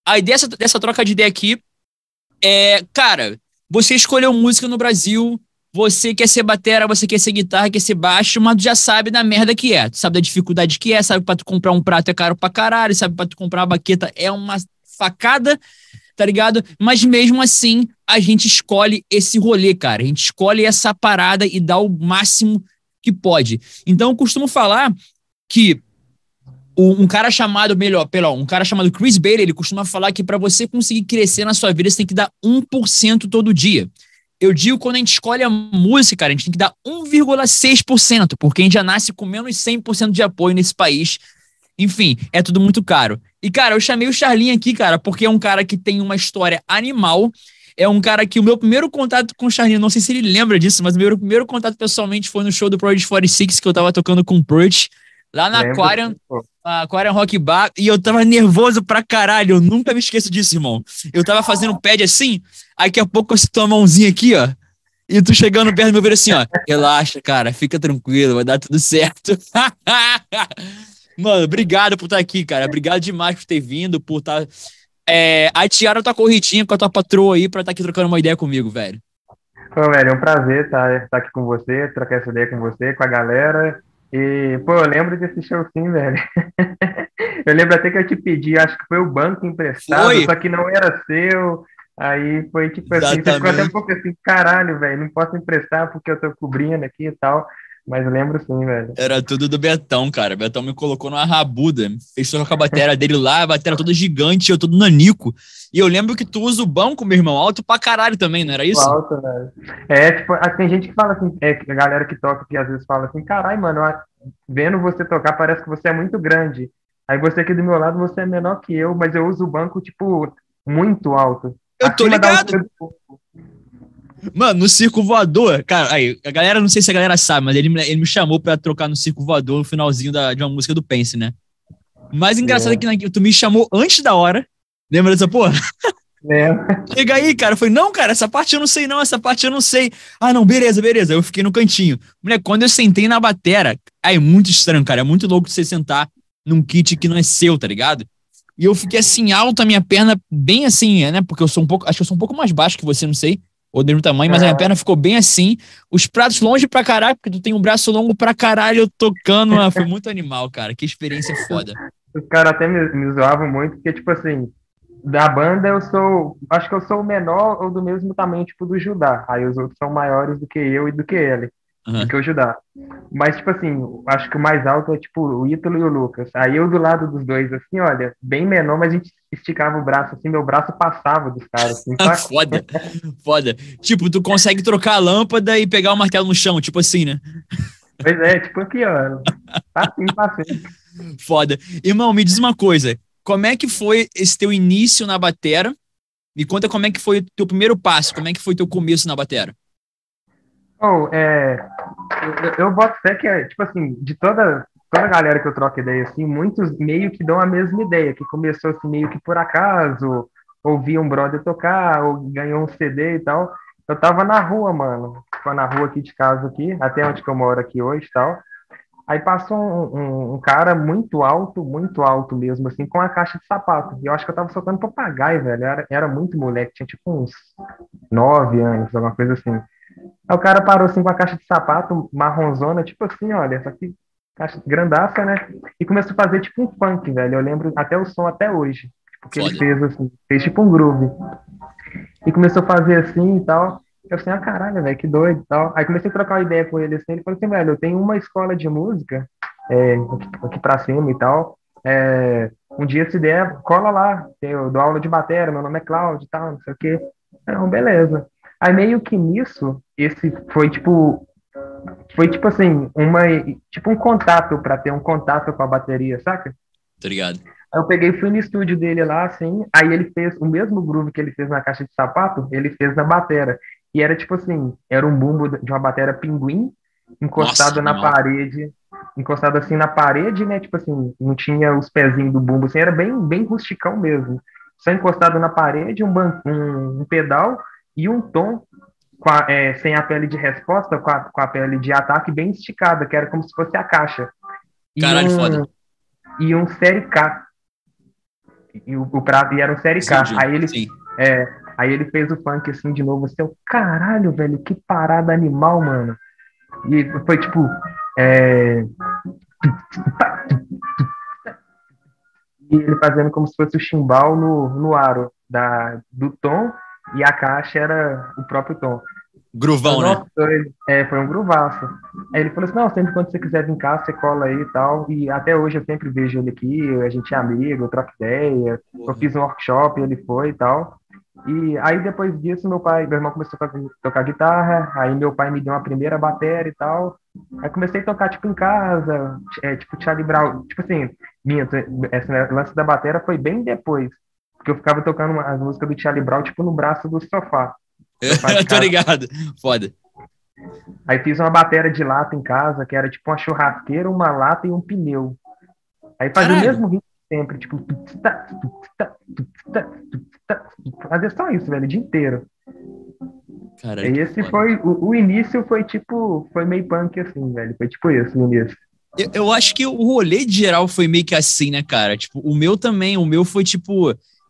A ideia dessa troca de ideia aqui cara, você escolheu música no Brasil, você quer ser batera, você quer ser guitarra, quer ser baixo, mas tu já sabe da merda que é. Tu sabe da dificuldade que é, sabe que pra tu comprar um prato é caro pra caralho, sabe que pra tu comprar uma baqueta é uma facada, tá ligado? Mas mesmo assim, a gente escolhe esse rolê, cara. A gente escolhe essa parada e dá o máximo que pode. Então, eu costumo falar que um cara chamado, um cara chamado Chris Bailey, ele costuma falar que para você conseguir crescer na sua vida, você tem que dar 1% todo dia. Eu digo, quando a gente escolhe a música, cara, a gente tem que dar 1,6%, porque a gente já nasce com menos 100% de apoio nesse país. Enfim, é tudo muito caro. E, cara, eu chamei o Charlinho aqui, cara, porque é um cara que tem uma história animal. É um cara que o meu primeiro contato com o Charlinho, não sei se ele lembra disso, mas o meu primeiro contato pessoalmente foi no show do Project 46, que eu tava tocando com o Perch, lá na Lembro, Aquarium, sim, pô. Aquarium Rock Bar, e eu tava nervoso pra caralho, eu nunca me esqueço disso, irmão. Eu tava fazendo pad assim, aí daqui a pouco eu sinto a mãozinha aqui, ó, e tu chegando perto do meu ouvido assim, ó, relaxa, cara, fica tranquilo, vai dar tudo certo. Mano, obrigado por estar aqui, cara, obrigado demais por ter vindo, por estar atearam a tua corridinha com a tua patroa aí pra estar aqui trocando uma ideia comigo, velho. Pô, velho, é um prazer estar aqui com você, trocar essa ideia com você, com a galera. E, pô, eu lembro desse show sim, velho. Eu lembro até que eu te pedi, acho que foi o banco emprestado, Foi? só que não era seu. Aí foi tipo assim, você ficou até um Exatamente. pouco assim, caralho, velho, não posso emprestar porque eu tô cobrindo aqui e tal. Mas eu lembro sim, velho. Era tudo do Betão, cara. O Betão me colocou numa rabuda. Fez tocar com a bateria dele lá, a bateria toda gigante, eu todo nanico. E eu lembro que tu usa o banco, meu irmão, alto pra caralho também, não era O isso? alto, velho. É, tipo, tem gente que fala assim, a galera que toca que às vezes fala assim, caralho, mano, vendo você tocar parece que você é muito grande. Aí você aqui do meu lado, você é menor que eu, mas eu uso o banco, tipo, muito alto. Eu tô Acima da ligado. altura do. Mano, no circo voador, cara, aí, a galera, não sei se a galera sabe, mas ele me chamou pra trocar no circo voador no finalzinho de uma música do Pense, né? O mais engraçado é É, que tu me chamou antes da hora. Lembra dessa porra? né? Chega aí, cara. Foi, não, cara, essa parte eu não sei, não, essa parte eu não sei. Ah, não, beleza, beleza. Eu fiquei no cantinho. Mulher, quando eu sentei na batera, aí, muito estranho, cara. É muito louco você sentar num kit que não é seu, tá ligado? E eu fiquei assim, alto, a minha perna bem assim, né? Porque eu sou um pouco, acho que eu sou um pouco mais baixo que você, não sei, ou do mesmo tamanho, mas a minha perna ficou bem assim. Os pratos longe pra caralho, porque tu tem um braço longo pra caralho, eu tocando. Foi muito animal, cara. Que experiência foda. Os caras até me zoavam muito, porque, tipo assim, da banda eu sou, acho que eu sou o menor ou do mesmo tamanho, tipo, do Judá. Aí os outros são maiores do que eu e do que ele, do Uhum. que o Judá. Mas, tipo assim, acho que o mais alto é, tipo, o Ítalo e o Lucas. Aí eu do lado dos dois, assim, olha, bem menor, mas a gente esticava o braço, assim, meu braço passava dos caras, assim, saca? Foda, foda. Tipo, tu consegue trocar a lâmpada e pegar o martelo no chão, tipo assim, né? Pois é, tipo aqui, ó, passinho, passinho. Foda. Irmão, me diz uma coisa. Como é que foi esse teu início na batera? Me conta como é que foi o teu primeiro passo, como é que foi o teu começo na batera? Ou, eu boto fé que é, tipo assim, de toda a galera que eu troco ideia, assim, muitos meio que dão a mesma ideia, que começou assim meio que por acaso, ouvi um brother tocar, ou ganhou um CD e tal. Eu tava na rua, mano, tipo, na rua aqui de casa aqui, até onde que eu moro aqui hoje e tal. Aí passou um cara muito alto mesmo, assim, com a caixa de sapato. E eu acho que eu tava soltando papagaio, velho. Era muito moleque, tinha tipo uns 9 anos, alguma coisa assim. Aí o cara parou assim com a caixa de sapato marronzona, tipo assim, olha, essa aqui, caixa grandaça, né? E começou a fazer tipo um funk, velho. Eu lembro até o som até hoje. Tipo, que ele Foda. fez assim, fez tipo um groove. E começou a fazer assim e tal. Eu assim, ah, caralho, velho, que doido e tal. Aí comecei a trocar uma ideia com ele assim. Ele falou assim, velho, eu tenho uma escola de música aqui pra cima e tal. Um dia, se der, cola lá. Eu dou aula de bateria, meu nome é Cláudio e tal, não sei o quê. Não, beleza. Aí meio que nisso, esse foi tipo assim, tipo um contato para ter um contato com a bateria, saca? Tá ligado? Aí eu peguei e fui no estúdio dele lá, assim, aí ele fez o mesmo groove que ele fez na caixa de sapato, ele fez na batera. E era tipo assim, era um bumbo de uma batera pinguim, Nossa, encostado na animal. parede, encostado assim na parede, né? Tipo assim, não tinha os pezinhos do bumbo, assim, era bem rusticão mesmo. Só encostado na parede, um pedal e um tom sem a pele de resposta, com a pele de ataque bem esticada, que era como se fosse a caixa. E Caralho, foda. um, e um Série K. o prato e era um série K. Entendi. Sim. É, aí ele fez o funk assim de novo. Assim, eu, caralho, velho, que parada animal, mano. E foi tipo. É, e ele fazendo como se fosse o chimbal no aro do tom, e a caixa era o próprio tom. Gruvão, né? Nossa, foi um gruvaço. Aí ele falou assim, não, sempre quando você quiser vir cá, você cola aí e tal. E até hoje eu sempre vejo ele aqui, a gente é amigo, eu troco ideia. Eu Porra. fiz um workshop, ele foi e tal. E aí depois disso, meu irmão começou a tocar guitarra, aí meu pai me deu uma primeira bateria e tal. Aí comecei a tocar, tipo, em casa, tipo, Charlie Brown, tipo assim, esse lance da bateria foi bem depois, porque eu ficava tocando as músicas do Charlie Brown, tipo, no braço do sofá de Tô casa. ligado. Foda. Aí fiz uma bateria de lata em casa, que era tipo uma churrasqueira, uma lata e um pneu. Aí fazia o Caralho. mesmo ritmo sempre, tipo, fazia só isso, velho, o dia inteiro. E Caralho, que esse foda. foi, o início foi tipo, foi meio punk assim, velho, foi tipo isso, o início. Eu acho que o rolê de geral foi meio que assim, né, cara? Tipo, o meu também, o meu foi tipo.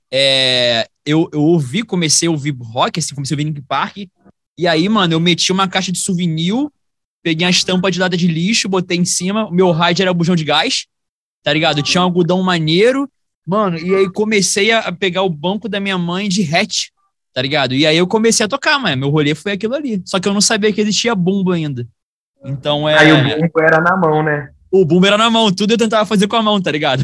Eu ouvi, comecei a ouvir rock, assim, comecei a ouvir Linkin Park. E aí, mano, eu meti uma caixa de souvenir, peguei uma estampa de lata de lixo, botei em cima. O meu rádio era bujão de gás, tá ligado? Tinha um algodão maneiro, mano. E aí comecei a pegar o banco da minha mãe de hatch, tá ligado? E aí eu comecei a tocar, mano. Meu rolê foi aquilo ali. Só que eu não sabia que existia bumbo ainda. Então Aí o é. bumbo era na mão, né? O bumbo era na mão, tudo eu tentava fazer com a mão, tá ligado?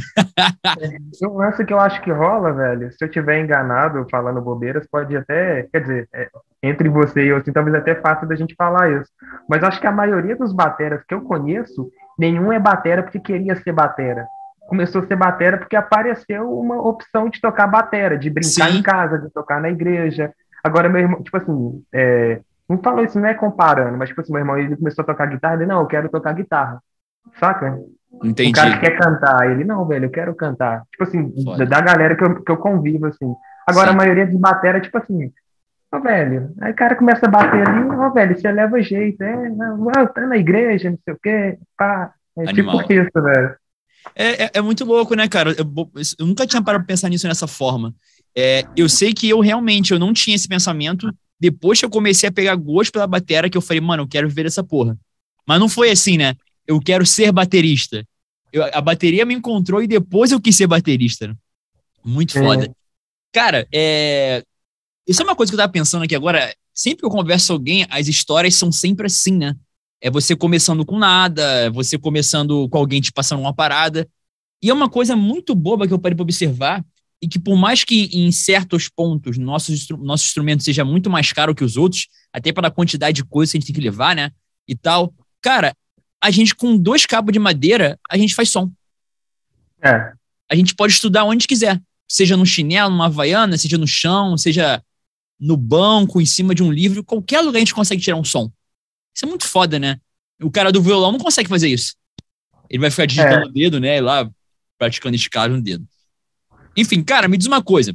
Um lance que eu acho que rola, velho, se eu tiver enganado falando bobeiras, pode até, quer dizer, entre você e eu, assim, talvez até fácil da gente falar isso. Mas acho que a maioria dos bateras que eu conheço, nenhum é batera porque queria ser batera. Começou a ser batera porque apareceu uma opção de tocar batera, de brincar em Sim, casa, de tocar na igreja. Agora, meu irmão, tipo assim, não falou isso, não é comparando, mas, tipo assim, meu irmão, ele começou a tocar guitarra, ele, não, eu quero tocar guitarra, saca? Um cara que entendi. quer cantar, ele, não, velho, eu quero cantar. Tipo assim, Foda. da galera que eu convivo, assim. Agora, a Sim, maioria de bateria, tipo assim, ó, velho, aí o cara começa a bater ali, ó, velho, você leva jeito, tá na igreja, não sei o quê, pá. É tipo animal. isso, velho. É muito louco, né, cara? Eu nunca tinha parado pra pensar nisso dessa forma. Eu sei que eu realmente eu não tinha esse pensamento. Depois que eu comecei a pegar gosto pela bateria, que eu falei, mano, eu quero viver essa porra. Mas não foi assim, né? Eu quero ser baterista. A bateria me encontrou e depois eu quis ser baterista, né? Muito foda. Sim, Cara, isso é uma coisa que eu tava pensando aqui agora. Sempre que eu converso com alguém, as histórias são sempre assim, né? É você começando com nada, é você começando com alguém te passando uma parada. E é uma coisa muito boba que eu parei para observar, e que por mais que em certos pontos nosso instrumento seja muito mais caro que os outros, até pela quantidade de coisas que a gente tem que levar, né? E tal, cara, a gente com 2 cabos de madeira, a gente faz som. é, A gente pode estudar onde quiser, seja no chinelo, numa havaiana, seja no chão, seja no banco, em cima de um livro, qualquer lugar a gente consegue tirar um som. Isso é muito foda, né? O cara do violão não consegue fazer isso. Ele vai ficar digitando é. o dedo, né? E lá praticando escala no dedo. Enfim, cara, me diz uma coisa.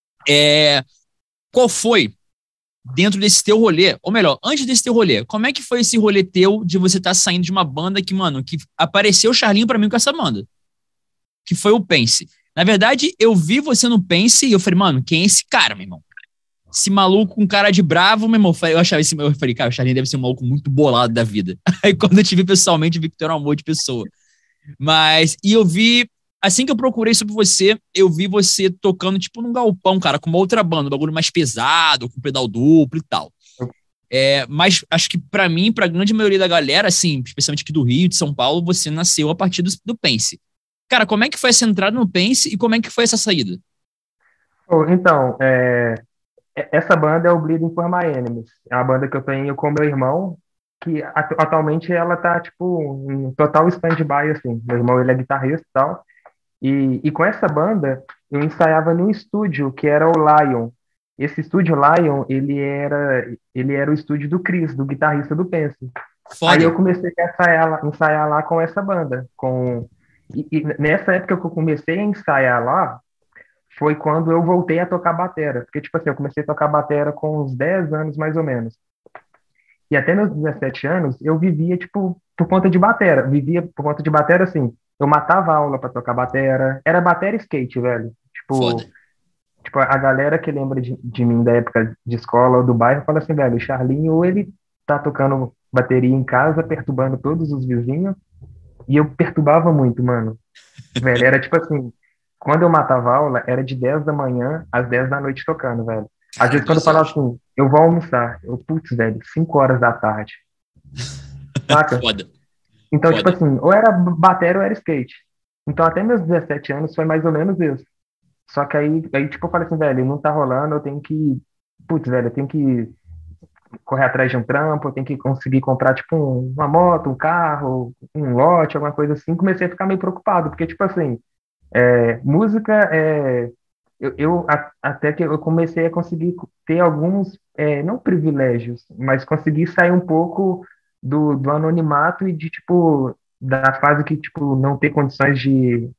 É, qual foi, dentro desse teu rolê, ou melhor, antes desse teu rolê, como é que foi esse rolê teu de você estar saindo de uma banda que, mano, que apareceu o Charlinho pra mim com essa banda, que foi o Pense. Na verdade, eu vi você no Pense e eu falei, mano, quem é esse cara, meu irmão? Esse maluco com cara de bravo, meu irmão. Eu achava esse, eu falei, cara, o Charlinho deve ser um maluco muito bolado da vida. Aí quando eu te vi pessoalmente, eu vi que tu era um amor de pessoa. E eu vi, assim que eu procurei sobre você, eu vi você tocando, tipo, num galpão, cara, com uma outra banda, um bagulho mais pesado, com pedal duplo e tal. Mas acho que pra mim, pra grande maioria da galera, assim, especialmente aqui do Rio, de São Paulo, você nasceu a partir do Pense. Cara, como é que foi essa entrada no Pense e como é que foi essa saída? Então, essa banda é o Bleeding for My Enemies. É uma banda que eu tenho com meu irmão, que atualmente ela tá, tipo, em total stand-by, assim. Meu irmão, ele é guitarrista e tal. E com essa banda, eu ensaiava num estúdio que era o Lion. Esse estúdio Lion, ele era o estúdio do Chris, do guitarrista do Pense. Aí Foda. eu comecei a ensaiar lá com essa banda. E nessa época que eu comecei a ensaiar lá, foi quando eu voltei a tocar batera. Porque, tipo assim, eu comecei a tocar batera com uns 10 anos, mais ou menos. E até meus 17 anos, eu vivia, tipo, por conta de batera. Vivia por conta de batera, assim. Eu matava a aula para tocar batera. Era batera e skate, velho. Tipo, Foda. tipo, a galera que lembra de mim da época de escola ou do bairro fala assim, velho, o Charlinho, ou ele tá tocando bateria em casa, perturbando todos os vizinhos, e eu perturbava muito, mano. Velho, era tipo assim, quando eu matava aula, era de 10 da manhã às 10 da noite tocando, velho. Às Cara, vezes quando eu 12 falava horas. assim, eu vou almoçar, eu, putz, velho, 5 horas da tarde, saca? Foda, Então, tipo foda. assim, ou era bateria ou era skate. Então, até meus 17 anos foi mais ou menos isso. Só que aí tipo, eu falei assim, velho, não tá rolando, eu tenho que, putz, velho, eu tenho que correr atrás de um trampo, eu tenho que conseguir comprar, tipo, uma moto, um carro, um lote, alguma coisa assim. Comecei a ficar meio preocupado, porque, tipo assim, música até que eu comecei a conseguir ter alguns, não privilégios, mas conseguir sair um pouco do anonimato e de, tipo, da fase que, tipo, não ter condições de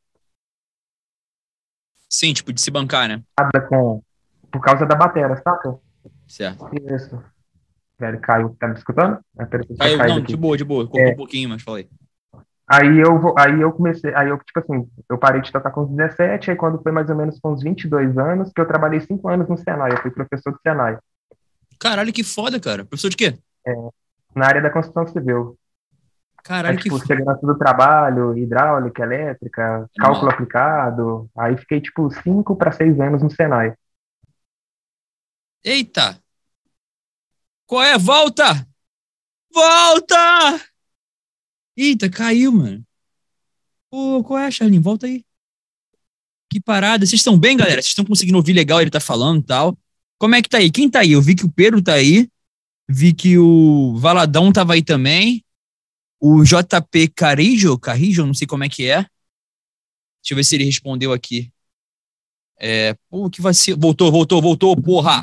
Sim, tipo, de se bancar, né? nada com, por causa da batera, saca? Certo. Isso, velho, caiu. Tá me escutando? Peraí, que eu tinha Caiu, caído não, de aqui. boa, de boa. Cortou um É, pouquinho, mas falei. aí eu comecei, aí eu, tipo assim, eu parei de tocar com os 17, aí quando foi mais ou menos com uns 22 anos, que eu trabalhei 5 anos no Senai, eu fui professor do Senai, Caralho, que foda, cara. Professor de quê? é, na área da construção civil. Aí, Caralho, que tipo, foda. segurança do trabalho, hidráulica, elétrica, cálculo Animal. aplicado. Aí fiquei, tipo, 5 para 6 anos no Senai. Eita! Qual é? Volta! Volta! Eita, caiu, mano. Pô, qual é, Charlinho? Volta aí. Que parada. Vocês estão bem, galera? Vocês estão conseguindo ouvir legal ele tá falando e tal? Como é que tá aí? Quem tá aí? Eu vi que o Pedro tá aí. Vi que o Valadão tava aí também. O JP Carrijo, não sei como é que é. Deixa eu ver se ele respondeu aqui. Pô, que vacilo. Voltou, porra.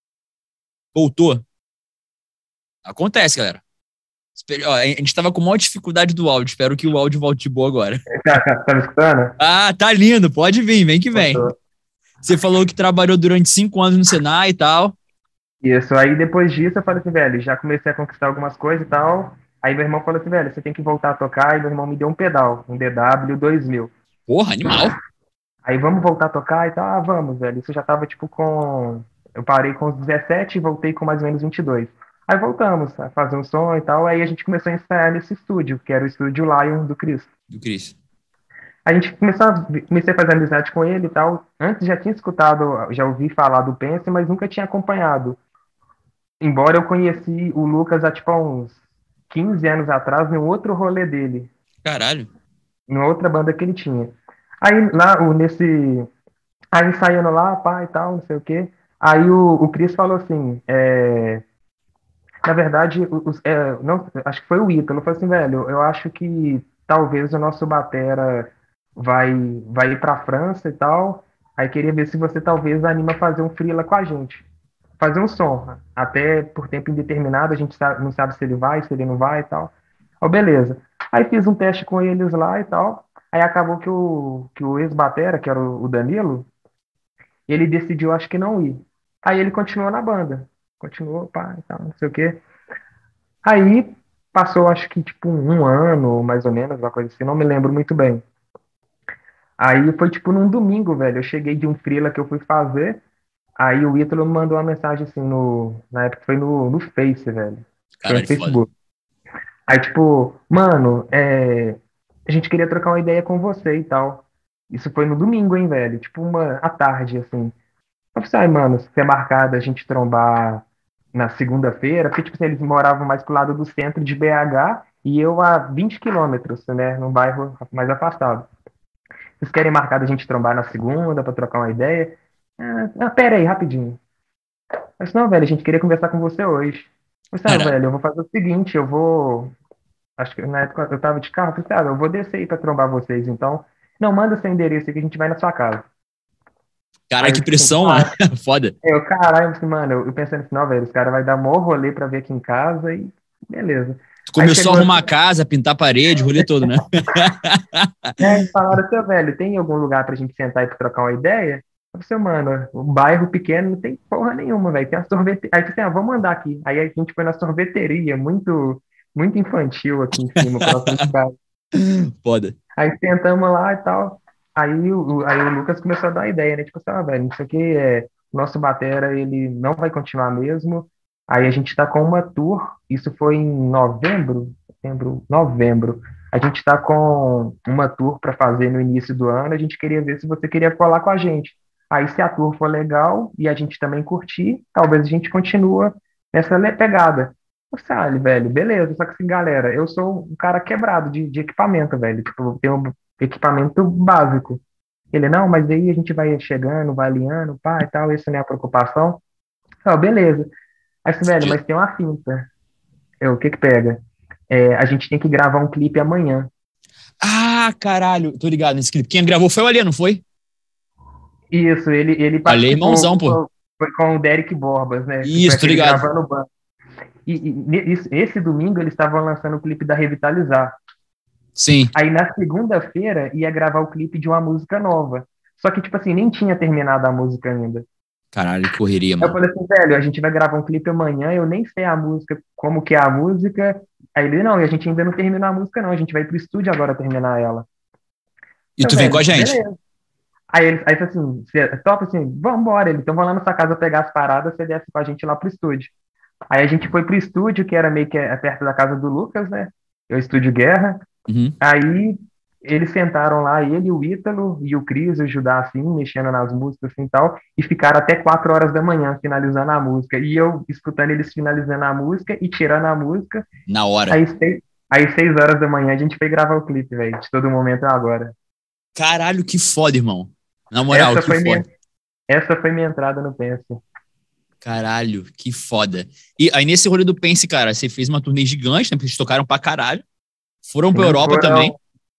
Voltou. Acontece, galera. Ó, a gente tava com maior dificuldade do áudio. Espero que o áudio volte de boa agora. Tá me escutando? Ah, tá lindo. Pode vir, vem que vem. Voltou. Você falou que trabalhou durante 5 anos no Senai e tal. Isso, aí depois disso eu falei assim, velho, já comecei a conquistar algumas coisas e tal. Aí meu irmão falou assim, velho, você tem que voltar a tocar. E meu irmão me deu um pedal, um DW 2000. Porra, animal. Aí vamos voltar a tocar e tal? Ah, vamos, velho. Isso já tava tipo com. Eu parei com os 17 e voltei com mais ou menos 22. Aí voltamos a fazer um som e tal. Aí a gente começou a ensaiar nesse estúdio, que era o estúdio Lion do Chris. Do Cris. A gente comecei a fazer amizade com ele e tal. Antes já tinha escutado, já ouvi falar do Pense, mas nunca tinha acompanhado. Embora eu conheci o Lucas há tipo há uns 15 anos atrás, em um outro rolê dele, Caralho. em outra banda que ele tinha. Aí lá, aí ensaiando lá, pá e tal, não sei o quê. Aí o Chris falou assim, na verdade, não, acho que foi o Ítalo, falou assim, velho, eu acho que talvez o nosso batera vai, vai ir pra França e tal. Aí queria ver se você talvez anima a fazer um freela com a gente. Fazer um som, até por tempo indeterminado, a gente não sabe se ele vai, se ele não vai e tal. Ó, beleza. Aí fiz um teste com eles lá e tal. Aí acabou que o ex-batera, que era o Danilo, ele decidiu, acho que não ir. Aí ele continuou na banda. Continuou, pá, e tal, não sei o quê. Aí passou, acho que tipo um ano, mais ou menos, uma coisa assim, não me lembro muito bem. Aí foi tipo num domingo, velho. Eu cheguei de um freela que eu fui fazer. Aí o Ítalo me mandou uma mensagem assim na época foi no Face, velho. Foi no Caralho, foda. Facebook. Aí, tipo, mano, a gente queria trocar uma ideia com você e tal. Isso foi no domingo, hein, velho? Tipo, à tarde, assim. Eu falei, ai, mano, se é marcado a gente trombar na segunda-feira, porque, tipo assim, eles moravam mais pro lado do centro de BH e eu a 20 quilômetros, né, num bairro mais afastado. Vocês querem marcar a gente trombar na segunda pra trocar uma ideia? Pera aí, rapidinho. Eu disse, não, velho, a gente queria conversar com você hoje. Eu disse, Caralho. velho, eu vou fazer o seguinte, eu vou. Acho que na época eu tava de carro, eu falei, eu vou descer aí pra trombar vocês, então. Não, manda seu endereço aí que a gente vai na sua casa. Aí Caralho, eu que disse assim, pressão, mano. Foda. caralho, eu disse, mano, eu pensando assim, não, velho, os caras vai dar mó rolê pra vir aqui em casa e beleza. Tu Aí começou a chegou arrumar a assim, casa, pintar a parede, o rolê todo, né? falaram, seu velho, tem algum lugar pra gente sentar e trocar uma ideia? Eu falei, mano, um bairro pequeno não tem porra nenhuma, velho. Tem a sorveteria. Aí eu disse, vamos andar aqui. Aí a gente foi na sorveteria, muito infantil aqui em cima, próximo de casa. Foda. Aí sentamos lá e tal. Aí o Lucas começou a dar uma ideia, né? Tipo assim, velho, isso aqui é. Nosso batera, ele não vai continuar mesmo. Aí a gente tá com uma tour, isso foi em novembro, novembro. A gente tá com uma tour para fazer no início do ano, a gente queria ver se você queria colar com a gente. Aí, se a tour for legal e a gente também curtir, talvez a gente continua nessa pegada. Sabe, velho, beleza, só que assim, galera, eu sou um cara quebrado de equipamento, velho. Tipo, eu tenho um equipamento básico. Ele, não, mas aí a gente vai chegando, vai alinhando, pá, e tal, isso não é a preocupação. Beleza. Aí, assim, velho, mas tem uma finta. O que que pega? A gente tem que gravar um clipe amanhã. Ah, caralho, tô ligado nesse clipe. Quem gravou foi o Alê, não foi? Isso, ele Alê, irmãozão, participou, pô. foi com o Derek Borbas, né? Que foi Isso, tô aquele ligado. gravando o banco. Esse domingo eles estavam lançando o clipe da Revitalizar. Sim. Aí na segunda-feira ia gravar o clipe de uma música nova. Só que, tipo assim, nem tinha terminado a música ainda. Caralho, que correria, Aí eu mano. falei assim, velho, a gente vai gravar um clipe amanhã, eu nem sei a música, como que é a música. Aí ele, não, e a gente ainda não terminou a música, não, a gente vai pro estúdio agora terminar ela. E tu vem com a Velho, gente? beleza. Aí falou assim, você topa assim, vambora, ele, então vou lá na sua casa pegar as paradas, você desce com a gente lá pro estúdio. Aí a gente foi pro estúdio, que era meio que perto da casa do Lucas, né? É o Estúdio Guerra. Uhum. Aí eles sentaram lá, ele, o Ítalo e o Cris, ajudar assim, mexendo nas músicas assim e tal, e ficaram até 4 horas da manhã finalizando a música. E eu escutando eles finalizando a música e tirando a música. Na hora. Aí 6 horas da manhã a gente foi gravar o clipe, velho. De todo momento é agora. Caralho, que foda, irmão. Na moral, Essa que foi minha, foda. essa foi minha entrada no Pense. Caralho, que foda. E aí, nesse rolê do Pense, cara, você fez uma turnê gigante, né? Porque eles tocaram pra caralho. Foram pra Sim, Europa também.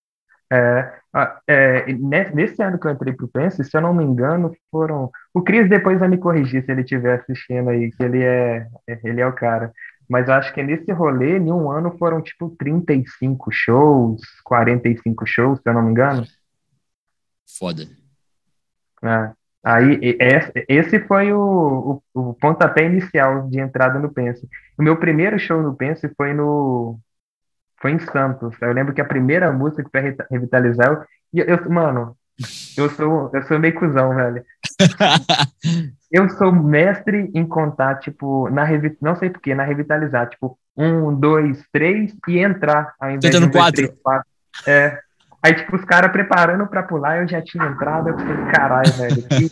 nesse ano que eu entrei pro Pense, se eu não me engano, foram. O Cris depois vai me corrigir se ele estiver assistindo aí, que ele é o cara. Mas eu acho que nesse rolê, em um ano, foram tipo 35 shows, 45 shows, se eu não me Cara, engano. foda. Né? Aí, esse foi o pontapé inicial de entrada no Pense. O meu primeiro show no Pense foi em Santos. Eu lembro que a primeira música que foi revitalizar, mano, eu sou meio cuzão, velho. Eu sou mestre em contar, tipo, não sei por quê, na revitalizar, tipo, um, dois, três e entrar, ao invés de Tentando um, dois, três, quatro. quatro. É. Aí, tipo, os caras preparando pra pular, eu já tinha entrado, eu falei, caralho, velho, que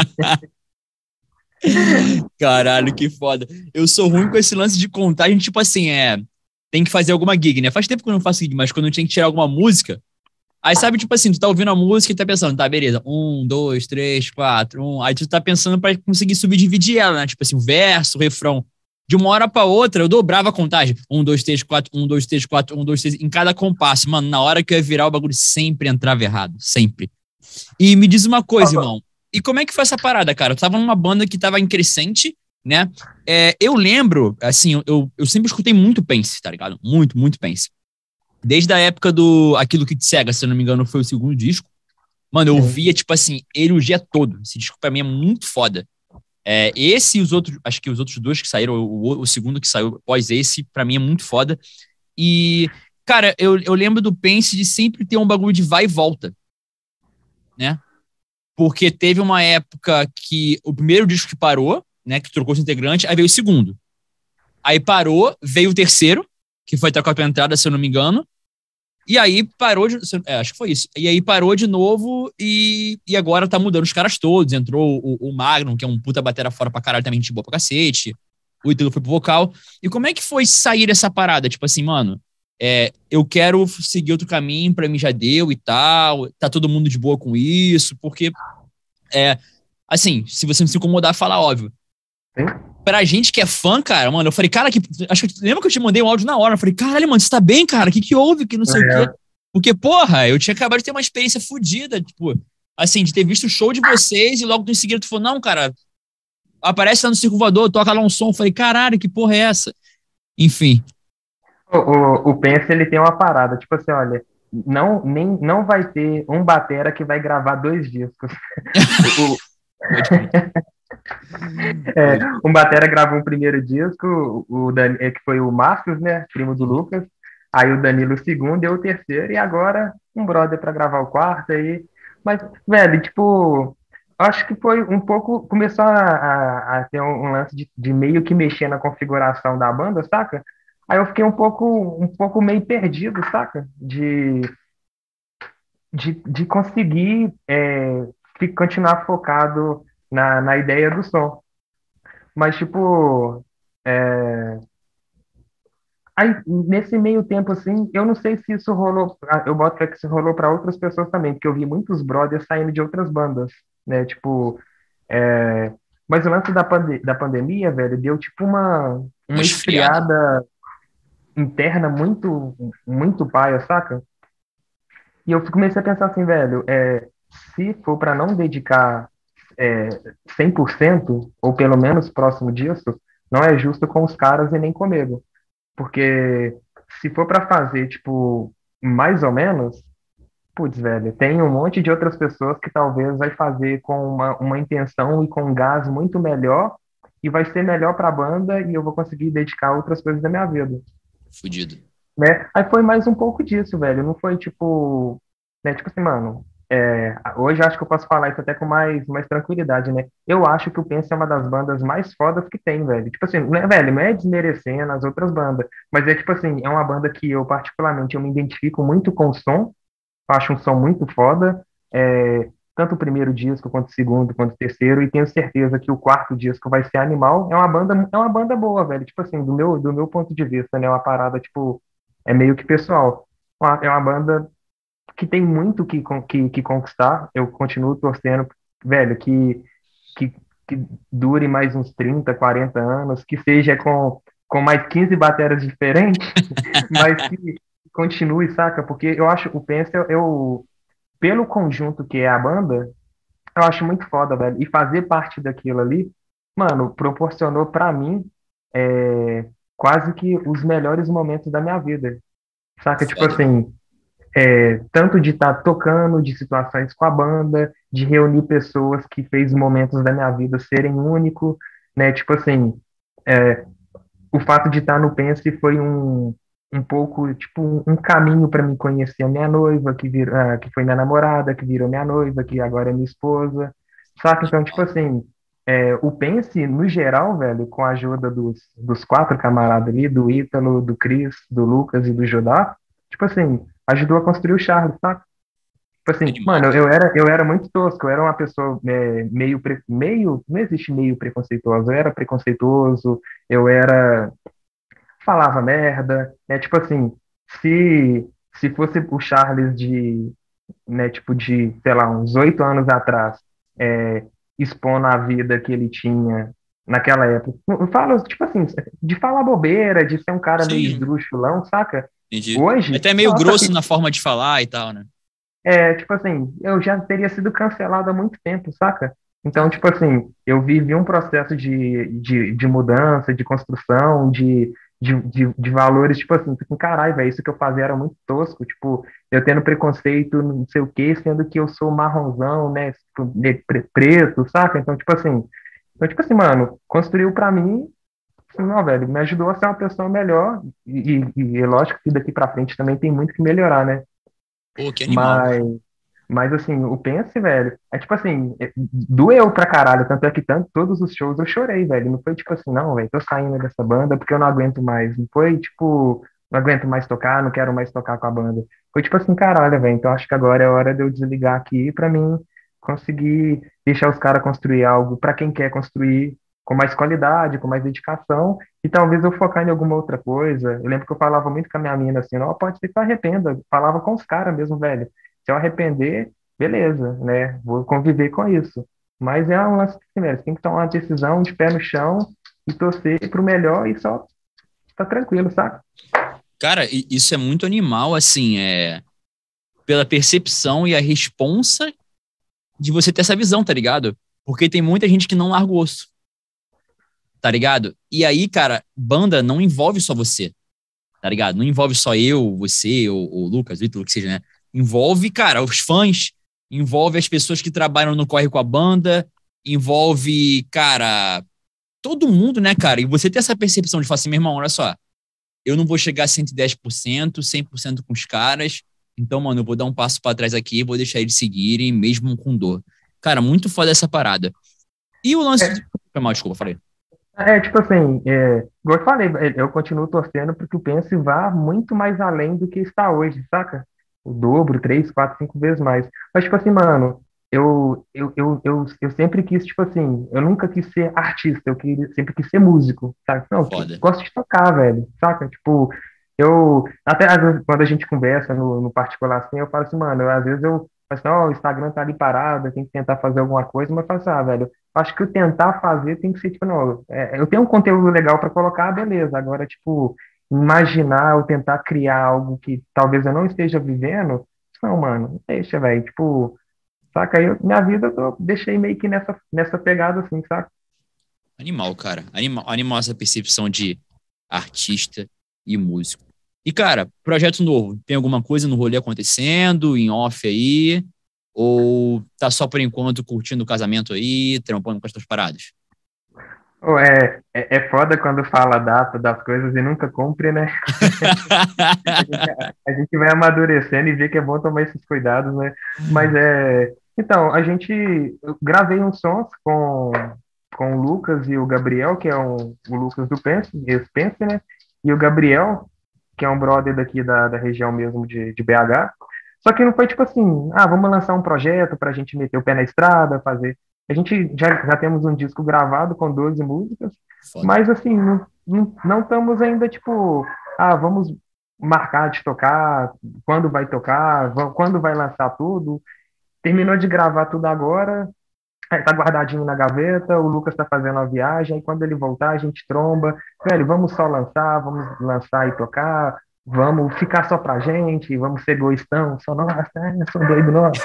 Caralho, que foda. Eu sou ruim com esse lance de contagem, tipo assim, tem que fazer alguma gig, né? Faz tempo que eu não faço gig, mas quando eu tinha que tirar alguma música, aí sabe, tipo assim, tu tá ouvindo a música e tá pensando, tá, beleza, um, dois, três, quatro, um. Aí tu tá pensando pra conseguir subdividir ela, né? Tipo assim, o verso, o refrão. De uma hora pra outra, eu dobrava a contagem. Um, dois, três, quatro, um, dois, três, quatro, um, dois, três, em cada compasso. Mano, na hora que eu ia virar, o bagulho sempre entrava errado. Sempre. E me diz uma coisa, irmão. E como é que foi essa parada, cara? Eu tava numa banda que tava em crescente, né? Eu lembro, assim, eu sempre escutei muito Pense, tá ligado? Muito, muito Pense. Desde a época do Aquilo que Te Cega, se eu não me engano, foi o segundo disco. Mano, eu sim. via, tipo assim, ele o dia todo. Esse disco pra mim é muito foda. Esse e os outros, acho que os outros dois que saíram, o segundo que saiu após esse, pra mim é muito foda. E, cara, eu lembro do Pense de sempre ter um bagulho de vai e volta, né? Porque teve uma época que o primeiro disco que parou, né, que trocou os integrantes, aí veio o segundo. Aí parou, veio o terceiro, que foi até com a tua entrada, se eu não me engano, e aí parou de. Acho que foi isso. E aí parou de novo e agora tá mudando os caras todos. Entrou o Magnum, que é um puta batera fora pra caralho, também gente boa pra cacete. O Ítalo foi pro vocal. E como é que foi sair dessa parada? Tipo assim, mano, eu quero seguir outro caminho, pra mim já deu e tal. Tá todo mundo de boa com isso, porque assim, se você não se incomodar, fala óbvio. Sim. Pra gente que é fã, cara, mano, eu falei, cara, acho que lembra que eu te mandei um áudio na hora? Eu falei, caralho, mano, você tá bem, cara? O que houve? Que não sei o quê. Porque, porra, eu tinha acabado de ter uma experiência fodida, tipo, assim, de ter visto o show de vocês e logo em seguida tu falou, não, cara, aparece lá no Circo Voador, toca lá um som. Eu falei, caralho, que porra é essa? Enfim. O Pense, ele tem uma parada, tipo assim, olha, não vai ter um batera que vai gravar 2 discos. O, Pode crer. Pode crer. um batera gravou um primeiro disco, que foi o Marcos, né, primo do Uhum. Lucas, aí o Danilo o segundo, eu o terceiro, e agora um brother para gravar o quarto, aí Mas, velho, tipo, acho que foi um pouco. Começou a ter um lance de meio que mexer na configuração da banda, saca? Aí eu fiquei um pouco meio perdido, saca? De conseguir continuar focado na ideia do som. Mas, tipo, é, aí, nesse meio tempo, assim, eu não sei se isso rolou, eu boto fé que isso rolou para outras pessoas também, porque eu vi muitos brothers saindo de outras bandas, né? Tipo, é, mas o lance da pandemia, velho, deu tipo Uma uma esfriada. esfriada interna muito, muito paia, saca? E eu comecei a pensar assim, velho, se for para não dedicar é, 100%, ou pelo menos próximo disso, não é justo com os caras e nem comigo. Porque se for para fazer, tipo, mais ou menos, putz, velho, tem um monte de outras pessoas que talvez vai fazer com uma intenção e com um gás muito melhor e vai ser melhor para a banda e eu vou conseguir dedicar outras coisas da minha vida, Fudido. né? Aí foi mais um pouco disso, velho. Não foi tipo, né? Tipo assim, mano. Hoje eu acho que eu posso falar isso até com mais tranquilidade, né? Eu acho que o Pense é uma das bandas mais fodas que tem, velho. Tipo assim, não é, velho, não é desmerecendo as outras bandas, mas é tipo assim, é uma banda que eu particularmente eu me identifico muito com o som, acho um som muito foda. Tanto o primeiro disco, quanto o segundo, quanto o terceiro, e tenho certeza que o quarto disco vai ser animal. É uma banda boa, velho. Tipo assim, do meu ponto de vista, né? Uma parada, tipo, é meio que pessoal. É uma banda que tem muito que conquistar. Eu continuo torcendo, velho, que, que dure mais uns 30, 40 anos, que seja com mais 15 bateras diferentes, mas que continue, saca? Porque eu acho o Pense, pelo conjunto que é a banda, eu acho muito foda, velho. E fazer parte daquilo ali, mano, proporcionou pra mim é, quase que os melhores momentos da minha vida. Saca? Tipo Foda. assim, tanto de estar tocando, de situações com a banda, de reunir pessoas que fez momentos da minha vida serem únicos, né? Tipo assim, é, o fato de estar no Pense foi um pouco, tipo, um caminho para me conhecer a minha noiva, que foi minha namorada, que virou minha noiva, que agora é minha esposa, saca? Então, tipo assim, o Pense, no geral, velho, com a ajuda dos quatro camaradas ali, do Ítalo, do Cris, do Lucas e do Judá, tipo assim, ajudou a construir o Charles, saca? Tipo assim, Animal, mano, cara. eu era muito tosco, eu era uma pessoa meio, não existe meio preconceituoso, eu era preconceituoso, eu era falava merda, né? Tipo assim, se fosse o Charles né, tipo sei lá, uns 8 anos atrás, é, expondo a vida que ele tinha naquela época. Eu falo, tipo assim, de falar bobeira, de ser um cara meio Sim, esdrúxulão, saca? entendi. Hoje, Até meio nossa, grosso na forma de falar e tal, né? tipo assim, eu já teria sido cancelado há muito tempo, saca? Então, Entendi. tipo assim, eu vivi um processo de mudança, de construção, de valores, tipo assim, caralho, velho, isso que eu fazia era muito tosco, tipo, eu tendo preconceito, não sei o quê, sendo que eu sou marronzão, né, tipo, preto, saca? Então, tipo assim, mano, construiu pra mim, assim, não, velho, me ajudou a ser uma pessoa melhor, e é lógico que daqui pra frente também tem muito que melhorar, né? Pô, que animal, cara. Mas mas assim, o Pense, velho, é tipo assim, doeu pra caralho, tanto é que todos os shows eu chorei, velho. Não foi tipo assim, não, velho, tô saindo dessa banda porque eu não aguento mais. Não foi tipo, não aguento mais tocar, não quero mais tocar com a banda. Foi tipo assim, caralho, velho, então acho que agora é hora de eu desligar aqui pra mim conseguir deixar os caras construir algo pra quem quer construir com mais qualidade, com mais dedicação, e talvez eu focar em alguma outra coisa. Eu lembro que eu falava muito com a minha mina assim, não, pode ser que eu arrependa. Falava com os caras mesmo, velho. Se eu arrepender, beleza, né? Vou conviver com isso. Mas é um lance assim, velho. Você tem que tomar uma decisão de pé no chão e torcer pro melhor e só tá tranquilo, saca? Cara, isso é muito animal, assim, pela percepção e a responsa de você ter essa visão, tá ligado? Porque tem muita gente que não larga o osso, tá ligado? E aí, cara, banda não envolve só você, tá ligado? Não envolve só eu, você, ou o Lucas, o Ítalo, que seja, né? Envolve, cara, os fãs, envolve as pessoas que trabalham no corre com a banda, envolve, cara, todo mundo, né, cara? E você ter essa percepção de falar assim, meu irmão, olha só, eu não vou chegar a 110%, 100% com os caras, Então, mano, eu vou dar um passo pra trás aqui e vou deixar eles seguirem, mesmo com dor. Cara, muito foda essa parada. E o lance de... Foi mal, desculpa, falei. Tipo assim, igual eu falei, eu continuo torcendo para que o Pense vá muito mais além do que está hoje, saca? O dobro, três, quatro, cinco vezes mais. Mas, tipo assim, mano, eu sempre quis, tipo assim, eu nunca quis ser artista, sempre quis ser músico, sabe? Não, eu Foda. gosto de tocar, velho, saca? Tipo, até às vezes, quando a gente conversa no particular assim, eu falo assim, mano, às vezes eu falo assim, ó, o Instagram tá ali parado, eu tenho que tentar fazer alguma coisa, mas eu falo assim, ah, velho, acho que o tentar fazer tem que ser, tipo, não, eu tenho um conteúdo legal para colocar, beleza. Agora, tipo, imaginar ou tentar criar algo que talvez eu não esteja vivendo, não, mano, deixa, velho. Tipo, saca? Minha vida eu deixei meio que nessa pegada assim, saca? Animal, cara. Animal essa percepção de artista e músico. E, cara, projeto novo. Tem alguma coisa no rolê acontecendo, em off aí? Ou tá só por enquanto curtindo o casamento aí, trampando com as tuas paradas? Pô, é foda quando fala a data das coisas e nunca cumpre, né? A gente, a gente vai amadurecendo e vê que é bom tomar esses cuidados, né? Mas Então, eu gravei uns sons com o Lucas e o Gabriel, que é o Lucas do Pense, ex-Pense, né? E o Gabriel, que é um brother daqui da região mesmo de BH. Só que não foi tipo assim, vamos lançar um projeto para a gente meter o pé na estrada, fazer. A gente já temos um disco gravado com 12 músicas, Foda. mas assim, não estamos ainda tipo, vamos marcar de tocar, quando vai tocar, quando vai lançar tudo. Terminou de gravar tudo agora, tá guardadinho na gaveta, o Lucas tá fazendo a viagem, aí quando ele voltar a gente tromba, velho, vamos só lançar, vamos lançar e tocar, vamos ficar só pra gente, vamos ser egoístão, só nossa, sou doido, nossa.